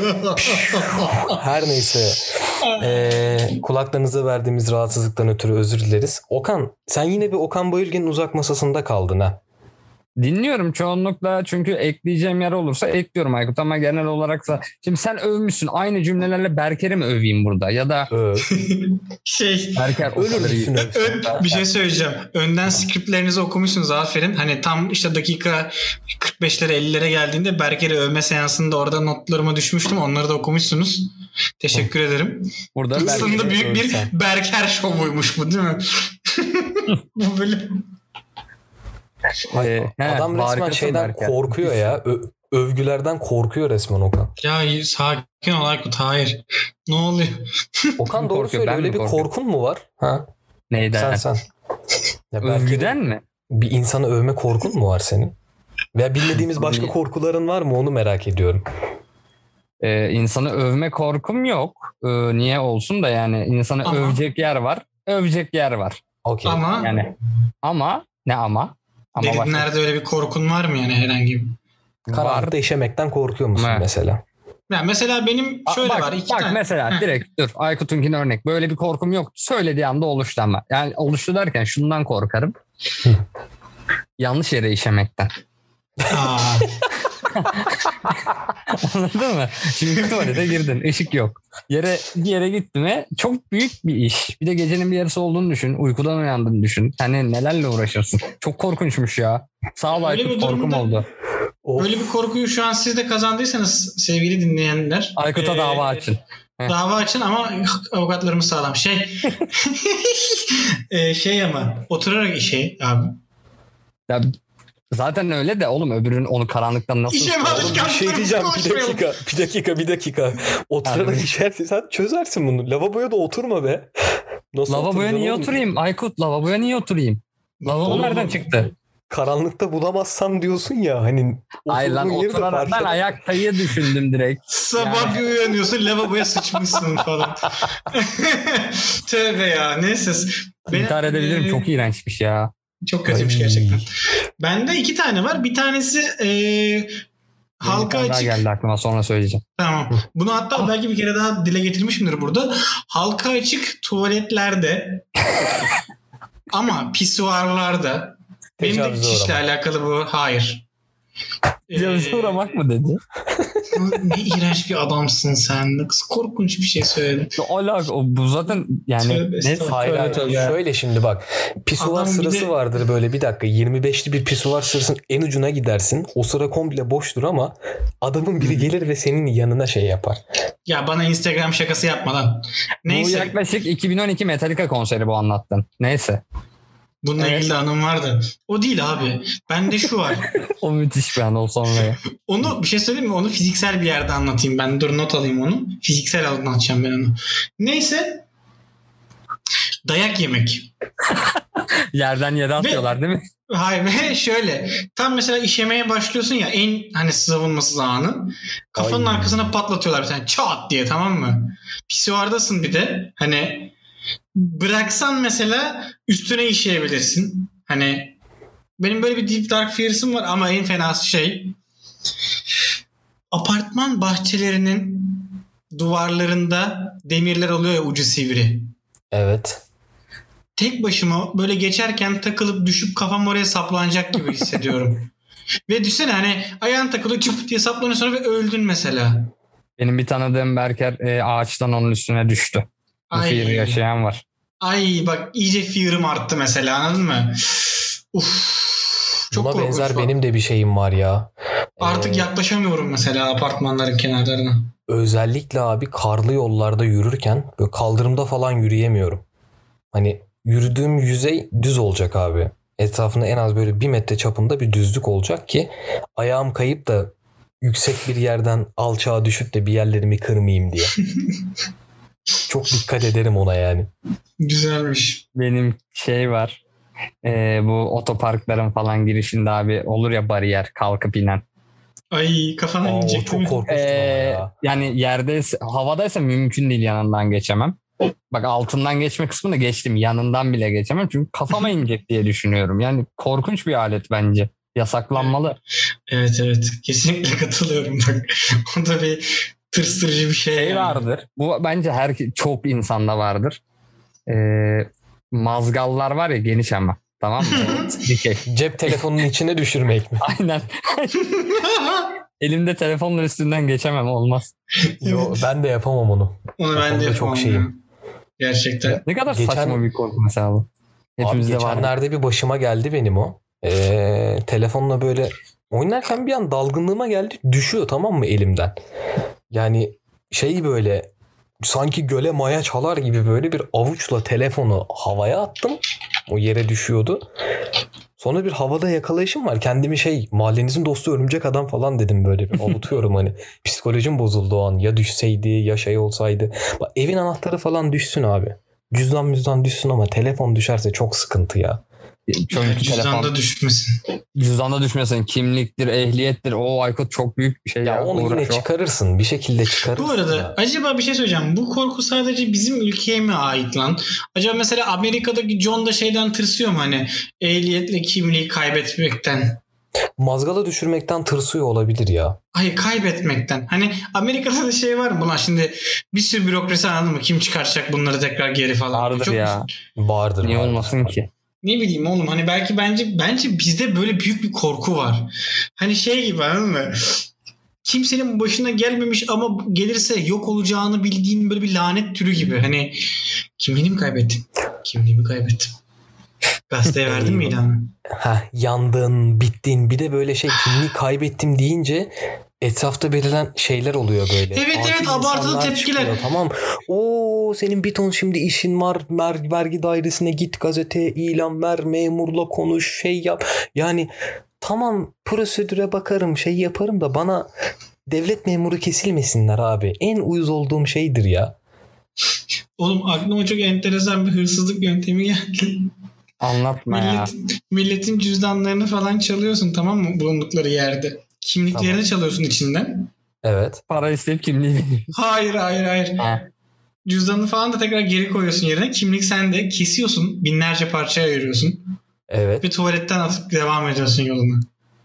Speaker 2: Her neyse. Ee, kulaklarınıza verdiğimiz rahatsızlıktan ötürü özür dileriz. Okan, sen yine bir Okan Bayülgen'in uzak masasında kaldın ha.
Speaker 3: Dinliyorum çoğunlukla çünkü ekleyeceğim yer olursa ekliyorum Aykut ama genel olaraksa şimdi sen övmüşsün aynı cümlelerle Berker'i mi öveyim burada ya da
Speaker 2: Öv.
Speaker 1: Şey
Speaker 3: Berker o
Speaker 2: Ölür
Speaker 3: kadar iyi.
Speaker 2: müsün övsün?
Speaker 1: Ön, bir şey söyleyeceğim. Önden skriptlerinizi okumuşsunuz, aferin. Hani tam işte dakika kırk beşlere ellilere geldiğinde Berker'i övme seansında orada notlarıma düşmüştüm. Onları da okumuşsunuz. Teşekkür ederim.
Speaker 3: Burada
Speaker 1: Aslında
Speaker 3: Berker'i
Speaker 1: büyük bir
Speaker 2: övsen.
Speaker 1: Berker şovuymuş bu, değil mi? Bu bölüm.
Speaker 3: Ee, he,
Speaker 2: Adam resmen
Speaker 3: harikasın
Speaker 2: şeyden
Speaker 3: Berker.
Speaker 2: korkuyor ya. Ö- övgülerden korkuyor resmen Okan.
Speaker 1: Ya sakin ol Aykut, hayır. Ne oluyor?
Speaker 2: Okan
Speaker 3: Kim
Speaker 2: doğru
Speaker 3: korkuyor,
Speaker 2: söylüyor.
Speaker 3: ben
Speaker 2: Öyle
Speaker 3: mi
Speaker 2: bir
Speaker 3: korkuyorum?
Speaker 2: korkun mu var? Ha?
Speaker 3: Neyden?
Speaker 2: Sen sen. Ya belki
Speaker 3: Övgüden mi?
Speaker 2: bir insanı övme korkun mu var senin? Veya bilmediğimiz başka
Speaker 3: Niye?
Speaker 2: korkuların var mı? Onu merak ediyorum.
Speaker 3: Ee, insanı övme korkum yok. Ee, niye olsun da yani insanı
Speaker 1: Ama-
Speaker 3: övecek yer var. Övecek yer var.
Speaker 2: Okey.
Speaker 1: Ama
Speaker 3: Yani ama ne ama? Ama başka-
Speaker 1: derinlerde öyle bir korkun var mı yani herhangi bir?
Speaker 2: Karanlıkta işemekten korkuyor musun
Speaker 3: Evet.
Speaker 2: mesela?
Speaker 1: Ya mesela benim
Speaker 3: Aa,
Speaker 1: şöyle
Speaker 3: bak,
Speaker 1: var. iki
Speaker 3: bak
Speaker 1: tane.
Speaker 3: mesela
Speaker 1: Heh.
Speaker 3: direkt dur Aykut'unkine örnek. Böyle bir korkum yok. Söylediği anda oluştu ama. Yani oluştu derken şundan korkarım. Yanlış yere işemekten.
Speaker 1: Aa,
Speaker 3: Anladın mı? Şimdi tuvalete girdin. Işık yok. Yere bir yere gitti mi çok büyük bir iş. Bir de gecenin bir yarısı olduğunu düşün. Uykudan uyandığını düşün. Hani nelerle uğraşırsın. Çok korkunçmuş ya. Sağ ol
Speaker 1: Öyle
Speaker 3: Aykut
Speaker 1: bir
Speaker 3: korkum
Speaker 1: durumda-
Speaker 3: oldu.
Speaker 2: Of.
Speaker 1: böyle bir korkuyu şu an siz de kazandıysanız sevgili dinleyenler.
Speaker 3: Aykut'a
Speaker 1: ee,
Speaker 3: dava açın. Heh.
Speaker 1: Dava açın ama avukatlarımız sağlam. Şey ee, şey ama oturarak işe abi.
Speaker 3: Ya, zaten öyle de oğlum öbürünün onu karanlıktan nasıl...
Speaker 1: İşe
Speaker 2: Oğlum bir şey diyeceğim. Bir
Speaker 1: Konuşmayalım.
Speaker 2: dakika. Bir dakika. Bir dakika. Oturarak
Speaker 3: Abi.
Speaker 2: işersin. Sen çözersin bunu. Lavaboya da oturma be. Nasıl
Speaker 3: Lavaboya
Speaker 2: oturacaksın
Speaker 3: niye
Speaker 2: oğlum?
Speaker 3: oturayım Aykut? Lavaboya niye oturayım? Lavabo
Speaker 1: Oğlum,
Speaker 3: nereden çıktı?
Speaker 2: Karanlıkta bulamazsam diyorsun ya. Hani
Speaker 3: Ay lan
Speaker 2: oturduğun yeri de
Speaker 3: oturarak
Speaker 2: fark
Speaker 3: ben
Speaker 2: eder.
Speaker 3: ayaktayı düşündüm direkt.
Speaker 1: Sabah
Speaker 3: Yani-
Speaker 1: bir uyanıyorsun lavaboya sıçmışsın falan. Tövbe ya, neyse. Benim-
Speaker 3: İntihar edebilirim.
Speaker 1: ee,
Speaker 3: Çok iğrençmiş ya.
Speaker 1: Çok kötüymüş
Speaker 2: Ay.
Speaker 1: gerçekten. Bende iki tane var. Bir tanesi ee, halka
Speaker 3: Benim bir tane daha
Speaker 1: açık.
Speaker 3: geldi aklıma sonra söyleyeceğim.
Speaker 1: Tamam. Bunu hatta belki bir kere daha dile getirmişimdir burada. Halka açık tuvaletlerde ama pisuarlarda. Benim de
Speaker 2: Tecavüze
Speaker 1: kişiyle
Speaker 2: uğramak.
Speaker 1: alakalı bu. Hayır.
Speaker 3: Tecavüze
Speaker 1: Ee,
Speaker 3: uğramak mı dedi?
Speaker 1: Ne iğrenç bir adamsın sen. Ne kız korkunç bir şey söyledin.
Speaker 3: Ne alaka? O, bu zaten yani
Speaker 1: Tövbe
Speaker 3: ne
Speaker 1: estağfurullah.
Speaker 2: Hayır,
Speaker 3: tövbe
Speaker 2: hayır.
Speaker 3: tövbe.
Speaker 2: Şöyle şimdi bak. Pisuvar
Speaker 1: Adam bir
Speaker 2: sırası
Speaker 1: de-
Speaker 2: vardır böyle bir dakika. yirmi beşli bir pisuvar sırasının en ucuna gidersin. O sıra komple boştur ama adamın biri gelir ve senin yanına şey yapar.
Speaker 1: Ya bana Instagram şakası yapma lan.
Speaker 3: Bu
Speaker 1: Neyse.
Speaker 3: yaklaşık iki bin on iki Metallica konseri bu anlattın. Neyse.
Speaker 1: Bununla
Speaker 3: Evet.
Speaker 1: ilgili anım vardı. O değil abi. Bende şu var.
Speaker 3: O müthiş bir an o sonraya.
Speaker 1: Onu bir şey söyleyeyim mi? Onu fiziksel bir yerde anlatayım. Ben dur not alayım onu. Fiziksel anlatacağım ben onu. Neyse. Dayak yemek.
Speaker 3: Yerden yere atıyorlar değil mi?
Speaker 1: Hayır ve şöyle. Tam mesela işemeye başlıyorsun ya, en hani savunmasız anı. Kafanın
Speaker 2: Ay.
Speaker 1: arkasına patlatıyorlar bir tane. Çat diye, tamam mı? Pisuardasın bir de. Hani bıraksan mesela üstüne işeyebilirsin. Hani benim böyle bir deep dark fears'ım var ama en fenası şey, apartman bahçelerinin duvarlarında demirler oluyor ya, ucu sivri.
Speaker 2: Evet.
Speaker 1: Tek başıma böyle geçerken takılıp düşüp kafam oraya saplanacak gibi hissediyorum. Ve düşünsene hani ayağın takılı çıp diye saplanıyor sonra ve öldün mesela.
Speaker 3: Benim bir tanıdığım Berker e, ağaçtan onun üstüne düştü. Bu
Speaker 1: Ay.
Speaker 3: fear'ı yaşayan var.
Speaker 1: Ay bak iyice fear'ım arttı mesela, anladın mı? Uf. Çok
Speaker 2: Buna
Speaker 1: korkunç
Speaker 2: benzer
Speaker 1: bak.
Speaker 2: benim de bir şeyim var ya.
Speaker 1: Artık
Speaker 2: Ee,
Speaker 1: yaklaşamıyorum mesela apartmanların kenarlarına.
Speaker 2: Özellikle abi karlı yollarda yürürken böyle kaldırımda falan yürüyemiyorum. Hani yürüdüğüm yüzey düz olacak abi. Etrafında en az böyle bir metre çapında bir düzlük olacak ki ayağım kayıp da yüksek bir yerden alçağa düşüp de bir yerlerimi kırmayayım diye. Çok dikkat ederim ona yani.
Speaker 1: Güzelmiş.
Speaker 3: Benim şey var. E, bu otoparkların falan girişinde abi olur ya bariyer kalkıp inen.
Speaker 1: Ay kafana
Speaker 2: Aa, o
Speaker 1: inecek değil
Speaker 2: çok
Speaker 1: mi?
Speaker 2: korkunç ama
Speaker 3: Ee,
Speaker 2: ya.
Speaker 3: yani yerdeyse, havadaysa mümkün değil yanından geçemem. Bak altından geçme kısmını geçtim. Yanından bile geçemem. Çünkü kafama inecek diye düşünüyorum. Yani korkunç bir alet bence. Yasaklanmalı.
Speaker 1: Evet evet. Kesinlikle katılıyorum bak. O da bir tırsırıcı bir şey.
Speaker 3: Şey
Speaker 1: yani.
Speaker 3: vardır. Bu bence her çok insanda vardır. Ee, mazgallar var ya geniş ama. Tamam mı? Dikey.
Speaker 2: Cep telefonunun içine düşürmek mi?
Speaker 3: Aynen. Elimde telefonla üstünden geçemem olmaz.
Speaker 2: Yo, ben de yapamam onu.
Speaker 1: Onu ben
Speaker 2: Kafamda
Speaker 1: de
Speaker 2: çok
Speaker 1: yapamam
Speaker 2: şeyim.
Speaker 1: ya. Gerçekten.
Speaker 3: Ne kadar
Speaker 2: Geçen-
Speaker 3: saçma bir korku mesela bu.
Speaker 2: Abi
Speaker 3: Hepimizde var.
Speaker 2: geçenlerde bir başıma geldi benim o. Ee, telefonla böyle oynarken bir an dalgınlığıma geldi. Düşüyor tamam mı elimden. Yani şey böyle sanki göle maya çalar gibi böyle bir avuçla telefonu havaya attım. O yere düşüyordu. Sonra bir havada yakalayışım var. Kendimi şey mahallenizin dostu örümcek adam falan dedim böyle bir avutuyorum hani. Psikolojim bozuldu o an. Ya düşseydi ya şey olsaydı. Bak, evin anahtarı falan düşsün abi. Cüzdan müzdan düşsün ama telefon düşerse çok sıkıntı ya.
Speaker 3: Çünkü
Speaker 1: Yani cüzdanda
Speaker 3: telefon
Speaker 1: düşmesin.
Speaker 3: cüzdanda düşmesin. Kimliktir, ehliyettir. O Aykut çok büyük bir şey ya.
Speaker 2: Ya onu
Speaker 3: Uğraş
Speaker 2: yine
Speaker 3: o.
Speaker 2: çıkarırsın. Bir şekilde çıkarırsın.
Speaker 1: Bu arada
Speaker 2: ya.
Speaker 1: acaba bir şey söyleyeceğim. Bu korku sadece bizim ülkeye mi ait lan? Acaba mesela Amerika'daki John da şeyden tırsıyor mu hani ehliyetle kimliği kaybetmekten?
Speaker 2: Mazgala düşürmekten tırsıyor olabilir ya.
Speaker 1: Hayır, kaybetmekten. Hani Amerika'da da şey var mı? Ulan şimdi bir sürü bürokrasi, anladın mı? Kim çıkaracak bunları tekrar geri falan.
Speaker 3: Vardır
Speaker 1: Çok-
Speaker 3: ya.
Speaker 2: Vardır.
Speaker 3: Niye
Speaker 2: vardır.
Speaker 3: olmasın ki?
Speaker 1: Ne bileyim oğlum, hani belki bence bence bizde böyle büyük bir korku var. Hani şey gibi, anladın mı? Kimsenin başına gelmemiş ama gelirse yok olacağını bildiğin böyle bir lanet türü gibi. Hani kimliğimi kaybettim. Kimliğimi kaybettim. Gazeteye verdin mi ilanı?
Speaker 2: Heh, yandın, bittin. Bir de böyle şey kimliği kaybettim deyince etrafta belirlen şeyler oluyor böyle.
Speaker 1: Evet,
Speaker 2: Acil
Speaker 1: evet, abartılı
Speaker 2: insanlar
Speaker 1: tepkiler.
Speaker 2: çıkıyor, tamam. Oo senin bir ton şimdi işin var. Mer- vergi dairesine git, gazeteye ilan ver, memurla konuş, şey yap. Yani tamam prosedüre bakarım, şey yaparım da bana devlet memuru kesilmesinler abi. En uyuz olduğum şeydir ya.
Speaker 1: Oğlum aklıma çok enteresan bir hırsızlık yöntemi geldi.
Speaker 3: Anlatma ya.
Speaker 1: Millet, milletin cüzdanlarını falan çalıyorsun, tamam mı, bulundukları yerde. Kimliklerini
Speaker 2: Tamam.
Speaker 1: çalıyorsun içinden.
Speaker 2: Evet.
Speaker 3: Para isteyip kimliği veriyorsun.
Speaker 1: Hayır hayır hayır.
Speaker 3: Ha.
Speaker 1: Cüzdanını falan da tekrar geri koyuyorsun yerine. Kimlik sende. Kesiyorsun. Binlerce parçaya ayırıyorsun.
Speaker 2: Evet.
Speaker 1: Ve tuvaletten atıp devam ediyorsun yoluna.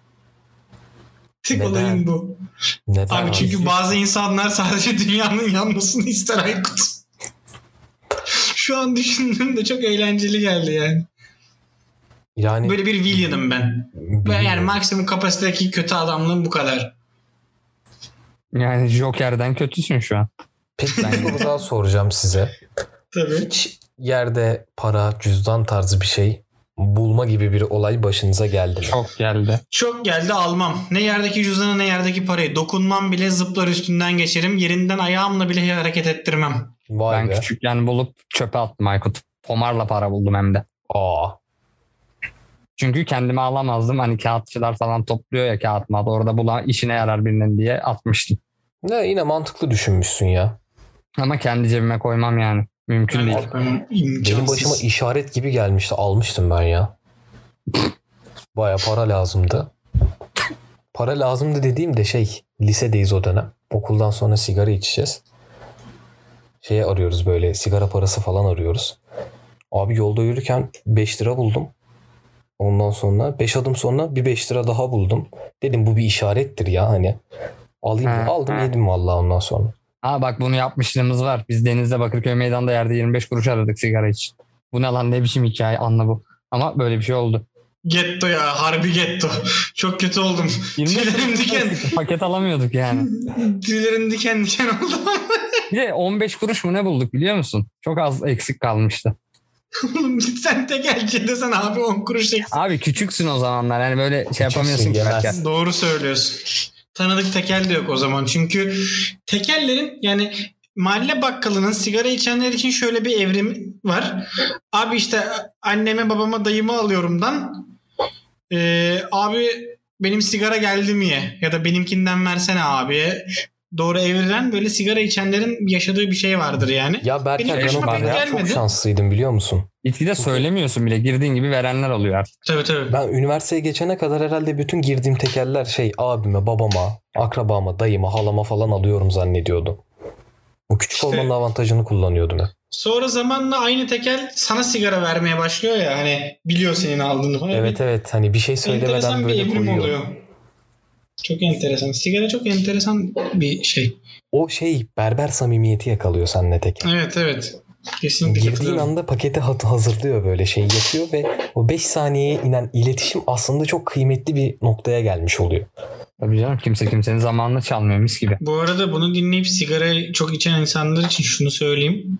Speaker 1: Tek
Speaker 2: Neden?
Speaker 1: olayın bu.
Speaker 2: Neden?
Speaker 1: Abi çünkü bazı insanlar sadece dünyanın yanmasını ister Aykut. Şu an düşündüğümde çok eğlenceli geldi yani.
Speaker 2: Yani
Speaker 1: Böyle bir villain'ım ben. Ve yani
Speaker 2: bilmiyorum.
Speaker 1: maksimum kapasitedeki kötü adamlığım bu kadar.
Speaker 3: Yani Joker'den kötüsün şu an.
Speaker 2: Peki bir soru daha soracağım size.
Speaker 1: Tabii.
Speaker 2: Hiç yerde para, cüzdan tarzı bir şey bulma gibi bir olay başınıza geldi mi?
Speaker 3: Çok geldi.
Speaker 1: Çok geldi, almam. Ne yerdeki cüzdanı ne yerdeki parayı. Dokunmam bile, zıplar üstünden geçerim. Yerinden ayağımla bile hareket ettirmem.
Speaker 2: Vay
Speaker 3: Ben
Speaker 2: be.
Speaker 3: küçükken bulup çöpe attım Aykut. Tomarla para buldum hem de.
Speaker 2: Aa.
Speaker 3: Çünkü kendime alamazdım. Hani kağıtçılar falan topluyor ya kağıt mağda. Orada bulan işine yarar birinin diye atmıştım.
Speaker 2: Ne yine mantıklı düşünmüşsün ya.
Speaker 3: Ama kendi cebime koymam yani. Mümkün
Speaker 1: Ben
Speaker 3: değil.
Speaker 1: de koymam. İmkansız.
Speaker 2: Benim başıma işaret gibi gelmişti. Almıştım ben ya. Baya para lazımdı. Para lazımdı dediğim de şey, lisedeyiz o dönem. Okuldan sonra sigara içeceğiz. Şeye arıyoruz böyle, sigara parası falan arıyoruz. Abi yolda yürürken beş lira buldum. Ondan sonra beş adım sonra bir beş lira daha buldum. Dedim bu bir işarettir ya hani. Alayım
Speaker 3: Ha,
Speaker 2: aldım
Speaker 3: ha.
Speaker 2: yedim vallahi ondan sonra.
Speaker 3: Ha bak bunu yapmışlığımız var. Biz Deniz'de Bakırköy Meydan'da yerde yirmi beş kuruş aradık sigara için. Bu ne lan, ne biçim hikaye, anla bu. Ama böyle bir şey oldu.
Speaker 1: Getto ya, harbi getto. Çok kötü oldum. Tüylerim diken.
Speaker 3: Paket alamıyorduk yani.
Speaker 1: Tüylerim diken diken oldu.
Speaker 3: Bir de on beş kuruş mu ne bulduk biliyor musun? Çok az eksik kalmıştı.
Speaker 1: Oğlum sen tekelci desen abi on kuruş eksik.
Speaker 3: Abi küçüksün o zamanlar. Yani böyle şey yapamıyorsun ki.
Speaker 2: Yemez.
Speaker 1: Doğru söylüyorsun. Tanıdık tekel de yok o zaman. Çünkü tekellerin, yani mahalle bakkalının sigara içenler için şöyle bir evrim var. Abi işte anneme babama dayımı alıyorumdan ee, abi benim sigara geldi mi ye? Ya da benimkinden versene abiye. Doğru evrilen böyle sigara içenlerin yaşadığı bir şey vardır yani.
Speaker 2: Ya Berker,
Speaker 1: Benim
Speaker 2: ben o
Speaker 1: başıma
Speaker 2: konuda
Speaker 1: pek
Speaker 2: çok
Speaker 1: gelmedi.
Speaker 2: şanslıydım biliyor musun?
Speaker 3: Gitgide söylemiyorsun bile. Girdiğin gibi verenler oluyor artık.
Speaker 1: Tabii tabii.
Speaker 2: Ben üniversiteye geçene kadar herhalde bütün girdiğim tekeller şey abime, babama, akrabama, dayıma, halama falan alıyorum zannediyordum. Bu küçük
Speaker 1: İşte-
Speaker 2: olmanın avantajını kullanıyordum hep.
Speaker 1: Sonra zamanla aynı tekel sana sigara vermeye başlıyor ya, hani biliyor senin aldığını falan.
Speaker 2: Evet evet, hani bir şey söylemeden
Speaker 1: Enteresan bir
Speaker 2: böyle
Speaker 1: evrim
Speaker 2: koyuyor.
Speaker 1: oluyor. Çok enteresan. Sigara çok enteresan bir şey.
Speaker 2: O şey berber samimiyeti yakalıyor seninle tekel.
Speaker 1: Evet evet. Kesinlikle
Speaker 2: Girdiğin
Speaker 1: katılıyorum.
Speaker 2: anda paketi ha- hazırlıyor, böyle şey yapıyor ve o beş saniyeye inen iletişim aslında çok kıymetli bir noktaya gelmiş oluyor.
Speaker 3: Tabii canım, kimse kimsenin zamanını çalmıyor, mis gibi.
Speaker 1: Bu arada bunu dinleyip sigara çok içen insanlar için şunu söyleyeyim.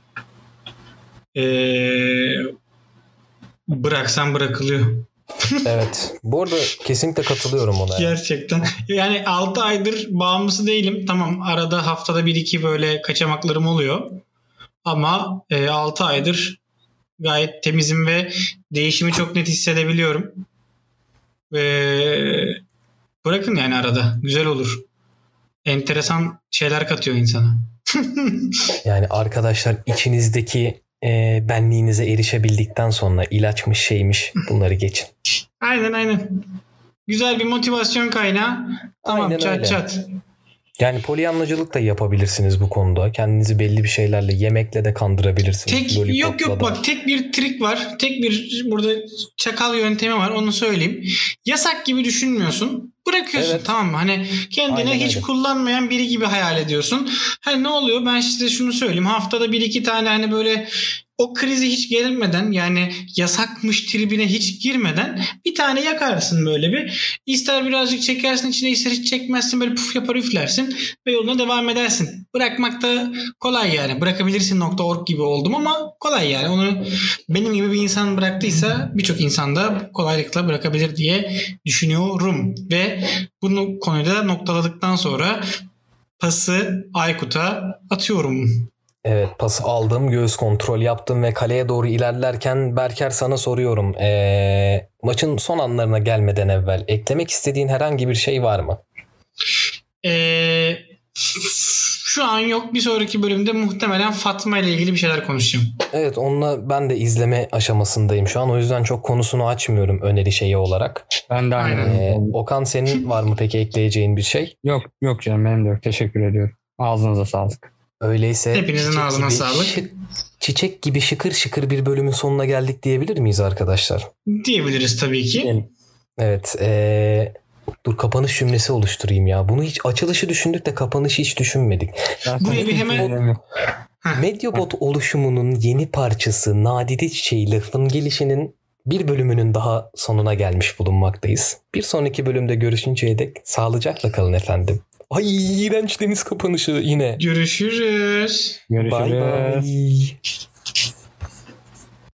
Speaker 1: Ee, bıraksan bırakılıyor.
Speaker 2: Evet. Bu arada kesinlikle katılıyorum ona. Yani.
Speaker 1: Gerçekten. Yani altı aydır bağımlısı değilim. Tamam, arada haftada bir iki böyle kaçamaklarım oluyor. Ama e, altı aydır gayet temizim ve değişimi çok net hissedebiliyorum. Ve bırakın yani arada. Güzel olur. Enteresan şeyler katıyor insana.
Speaker 2: Yani arkadaşlar, içinizdeki e, benliğinize erişebildikten sonra ilaçmış şeymiş bunları geçin.
Speaker 1: Aynen aynen. Güzel bir motivasyon kaynağı. Tamam,
Speaker 2: Aynen
Speaker 1: çat
Speaker 2: öyle.
Speaker 1: çat.
Speaker 2: Yani polyanlacılık da yapabilirsiniz bu konuda. Kendinizi belli bir şeylerle, yemekle de kandırabilirsiniz.
Speaker 1: Tek yok
Speaker 2: Lollipop'la
Speaker 1: yok
Speaker 2: da.
Speaker 1: bak, tek bir trik var. Tek bir burada çakal yöntemi var, onu söyleyeyim. Yasak gibi düşünmüyorsun. Bırakıyorsun,
Speaker 2: Evet.
Speaker 1: tamam mı? Hani kendine
Speaker 2: Aynen
Speaker 1: hiç
Speaker 2: öyle.
Speaker 1: kullanmayan biri gibi hayal ediyorsun. Hani ne oluyor? Ben size şunu söyleyeyim. Haftada bir iki tane hani böyle o krizi hiç gerilmeden, yani yasakmış tribine hiç girmeden bir tane yakarsın böyle bir. İster birazcık çekersin içine, ister hiç çekmezsin, böyle puf yapar üflersin ve yoluna devam edersin. Bırakmak da kolay yani. Bırakabilirsin nokta org gibi oldum ama kolay yani. Onu benim gibi bir insan bıraktıysa birçok insan da kolaylıkla bırakabilir diye düşünüyorum. Ve bunu konuyu da noktaladıktan sonra pası Aykut'a atıyorum.
Speaker 2: Evet, pası aldım, göğüs kontrol yaptım ve kaleye doğru ilerlerken Berker, sana soruyorum. Ee, maçın son anlarına gelmeden evvel eklemek istediğin herhangi bir şey var mı?
Speaker 1: Ee, şu an yok. Bir sonraki bölümde muhtemelen Fatma ile ilgili bir şeyler konuşacağım.
Speaker 2: Evet, onunla ben de izleme aşamasındayım şu an. O yüzden çok konusunu açmıyorum öneri şeyi olarak.
Speaker 3: Ben de aynen.
Speaker 1: Aynen.
Speaker 2: Ee, Okan, senin var mı peki ekleyeceğin bir şey?
Speaker 3: Yok yok canım, benim de yok. Teşekkür ediyorum. Ağzınıza sağlık.
Speaker 2: Öyleyse
Speaker 1: Hepinizin
Speaker 2: çiçek
Speaker 1: ağzına
Speaker 2: gibi
Speaker 1: sağlık.
Speaker 2: şık- çiçek gibi şıkır şıkır bir bölümün sonuna geldik diyebilir miyiz arkadaşlar?
Speaker 1: Diyebiliriz tabii ki.
Speaker 2: Evet. Ee, dur, kapanış cümlesi oluşturayım ya. Bunu hiç, açılışı düşündük de kapanışı hiç düşünmedik.
Speaker 1: Buraya bir hemen-
Speaker 2: Medyapod oluşumunun yeni parçası Nadide Çiçeği lafın gelişinin bir bölümünün daha sonuna gelmiş bulunmaktayız. Bir sonraki bölümde görüşünceye dek sağlıcakla kalın efendim. Ay, iğrenç deniz kapanışı yine.
Speaker 1: Görüşürüz.
Speaker 3: Görüşürüz.
Speaker 2: Bye bye.